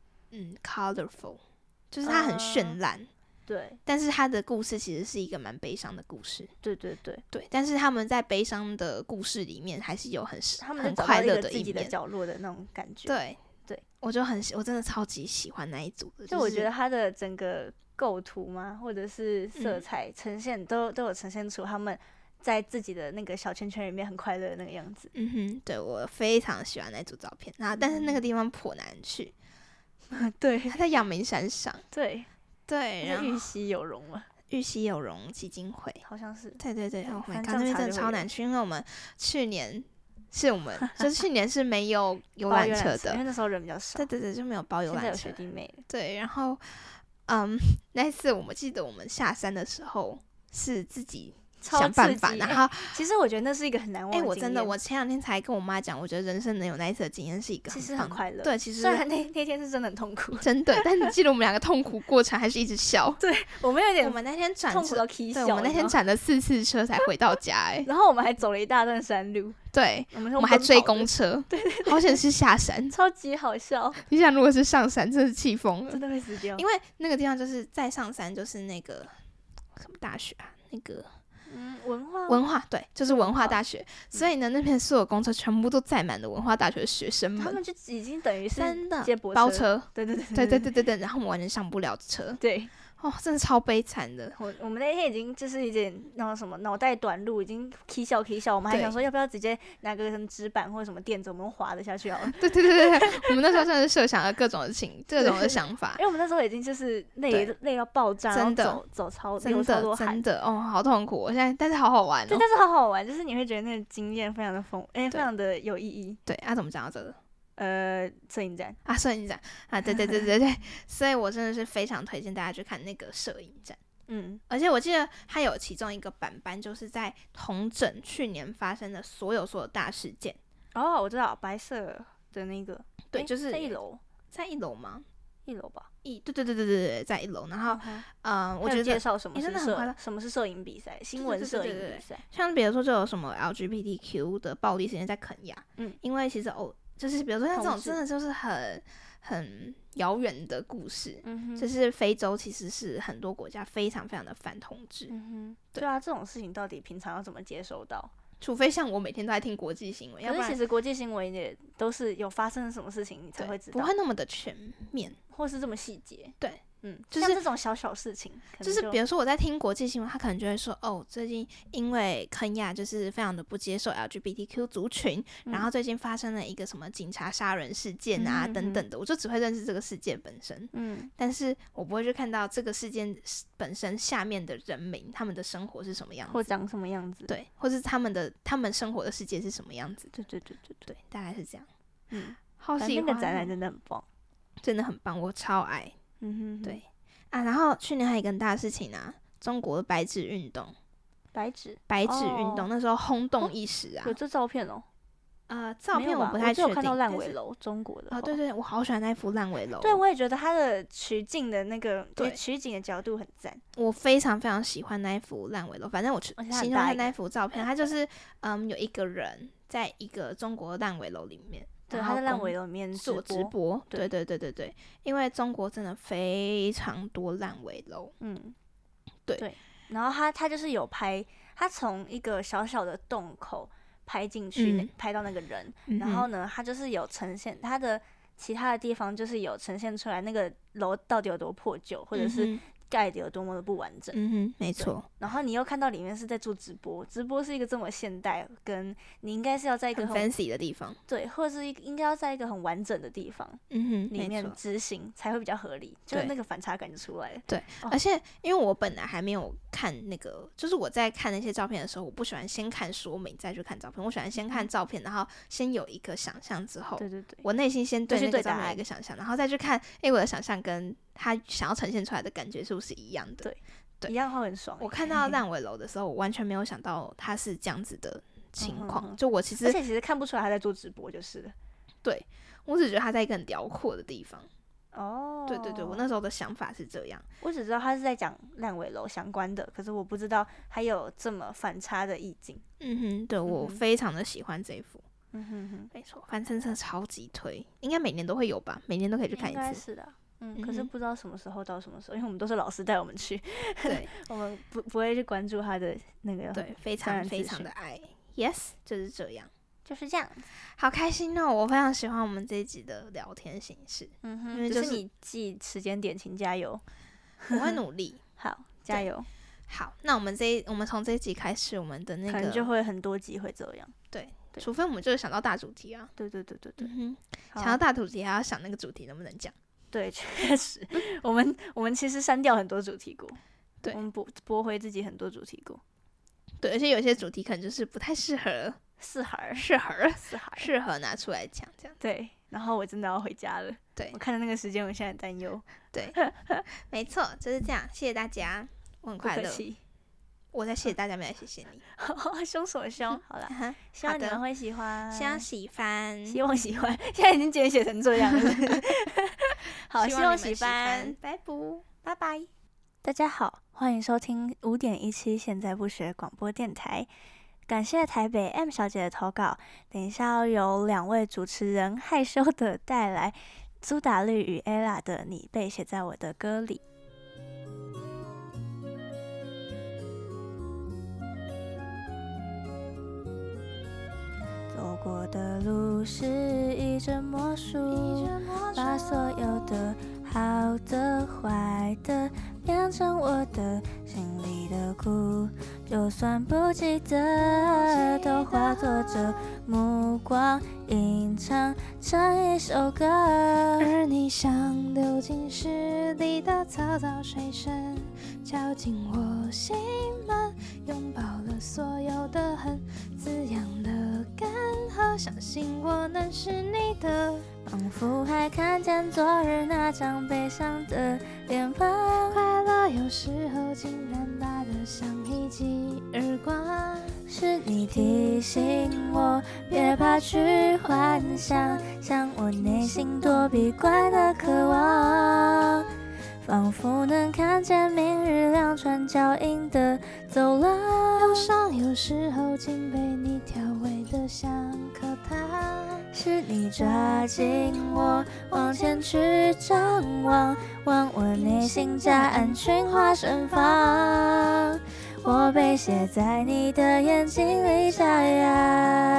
colorful， 就是它很绚烂。对，但是他的故事其实是一个蛮悲伤的故事。对，但是他们在悲伤的故事里面，还是有很快乐的一面， 自己的角落的那种感觉。 对，我真的超级喜欢那一组的。 就我觉得他的整个构图嘛，或者是色彩呈现，都有呈现出他们在自己的那个小圈圈里面很快乐的那个样子。 对，我非常喜欢那组照片。然后，但是那个地方颇难去。对，他在阳明山上。对，然后玉溪有容嘛？ 玉溪有容基金会好像是。 对，Oh my god，那边真的超难去，因为我们去年就是去年是没有游览车的， 因为那时候人比较少。 对，就没有包游览车。 现在有学弟妹。 对，然后那一次我记得我们下山的时候是自己想办法，然后其实我觉得那是一个很难忘的经验。 我真的，我前2天才跟我妈讲，我觉得人生能有那一次的经验是一个其实很快乐。 对，其实虽然那天是真的很痛苦， 真的，但你记得我们2个痛苦过程还是一直笑。 对，我们有点， 我们那天痛苦到起笑。 对，我们那天转了4次车才回到家， 然后我们还走了一大段山路。 对，我们还追公车。对，好险是下山， 超级好笑。 你想，如果是上山，真是气疯了， 真的会死掉。 因为那个地方就是再上山就是那个什么大学啊，那个。文化对，就是文化大学，所以呢，那边所有公车全部都载满了文化大学的学生们， 他们就已经等于是真的接驳包车， 对， 然后我们完全上不了车。 对， 真的超悲惨的。 我们那天已经就是一点那种什么脑袋短路，已经起笑，我们还想说要不要直接拿个什么纸板或者什么垫子，我们滑得下去好了。 对，我们那时候真的是设想了各种的想法， 因为我们那时候已经就是累到爆炸， 真的然后走超多汗， 真的好痛苦。我现在但是好好玩对，但是好好玩，就是你会觉得那个经验非常的非常的有意义。 对怎么讲到这个？ 摄影展对，所以我真的是非常推荐大家去看那个摄影展。而且我记得它有其中一个版就是在统整去年发生的所有大事件。 我知道白色的那个， 对，就是在一楼， 在一楼吗？ 一楼吧。 对，在一楼。然后我觉得介绍什么是摄影比赛，新闻摄影比赛。 像比如说就有什么 LGBTQ 的暴力事件在肯亚，因为其实就是比如说像这种真的就是很遥远的故事，就是非洲其实是很多国家非常非常的反同志。 对啊，这种事情到底平常要怎么接收到？ 除非像我每天都在听国际新闻，要不然其实国际新闻也都是有发生什么事情你才会知道， 不会那么的全面， 或是这么细节。 对， 就是像这种小事情， 就是比如说我在听国际新闻，他可能就会说，最近因为肯亚就是非常的不接受 LGBTQ 族群，然后最近发生了一个什么警察杀人事件啊等等的，我就只会认识这个事件本身，但是我不会去看到这个事件本身下面的人民他们的生活是什么样子， 或长什么样子， 对，或是他们生活的世界是什么样子， 对， 大概是这样。 好喜欢那个展览，真的很棒， 真的很棒，我超爱。对然后去年还有一个很大的事情中国的白纸运动，白纸运动那时候轰动一时有这照片照片我不太确定， 我只有看到烂尾楼，中国的对，我好喜欢那幅烂尾楼。 对，我也觉得它的取景的那个取景的角度很赞， 我非常非常喜欢那一幅烂尾楼。反正我形容它那一幅照片，它就是有一个人在一个中国烂尾楼里面。 对，他在烂尾楼里面做直播，对，因为中国真的非常多烂尾楼，对， 然后他就是有拍，他从一个小小的洞口拍进去，拍到那个人，然后呢，他就是有呈现他的其他的地方，就是有呈现出来那个楼到底有多破旧，或者是盖的有多么的不完整。 没错。 然后你又看到里面是在做直播是一个这么现代，跟你应该是要在一个很 fancy 的地方， 对，或者是应该要在一个很完整的地方，里面执行才会比较合理，就是那个反差感就出来了。 对，而且因为我本来还没有看那个，就是我在看那些照片的时候，我不喜欢先看说明再去看照片，我喜欢先看照片，然后先有一个想象之后， 对， 我内心先对那个照片有一个想象，然后再去看，我的想象跟他想要呈现出来的感觉是不是一样的？ 对，一样会很爽。 我看到烂尾楼的时候，我完全没有想到他是这样子的情况，就我而且其实看不出来他在做直播，就是了。 对，我只觉得他在一个很辽阔的地方。对，我那时候的想法是这样。 我只知道他是在讲烂尾楼相关的，可是我不知道还有这么反差的意境。 对，我非常的喜欢这一幅。没错，反正真的超级推，应该每年都会有吧，每年都可以去看一次。 应该是的。可是不知道什么时候到什么时候，因为我们都是老师带我们去， 对， 我们不会去关注他的那个， 对，非常非常的爱 ，yes， 就是这样，好开心哦！我非常喜欢我们这一集的聊天形式，因为就是你记时间点，请加油， 我会努力， 好，加油， 好，那我们从这一集开始，我们的那个可能就会很多集会这样， 对，除非我们就是想到大主题啊， 对， 想到大主题还要想那个主题能不能讲。 对，确实，我们其实删掉很多主题过， 对， 我们驳回自己很多主题过， 对，而且有些主题可能就是不太适合拿出来讲，这样。 对，然后我真的要回家了， 对， 我看到那个时间，我现在很担忧。 对，没错，就是这样，谢谢大家，我很快乐。我在谢谢大家，没来谢谢你。 凶什么凶？好了，希望你们会喜欢， 希望喜欢， 现在已经简写成这样了。好，希望喜欢，拜拜。大家好，欢迎收听5.17现在不学广播电台。感谢台北 M 小姐的投稿，等一下要由2位主持人害羞的带来苏打绿与 Ella 的《你被写在我的歌里》。走过的路是一阵魔术，把所有的好的坏的变成我的心里的苦，就算不记得，都化作这目光，吟唱成一首歌。 而你像流进诗里的草草水声，敲进我心门，拥抱了所有的恨，滋养了干涸，相信我能是你的。 仿佛还看见昨日那张悲伤的脸庞， 快乐有时候竟然来得像一记耳光， 是你提醒我别怕去幻想，像我内心躲避惯的渴望，仿佛能看见明日两串脚印的走廊， 忧伤有时候竟被你调味得像颗糖， 是你抓紧我往前去张望，望我内心夹岸群花盛放，我被写在你的眼睛里眨呀。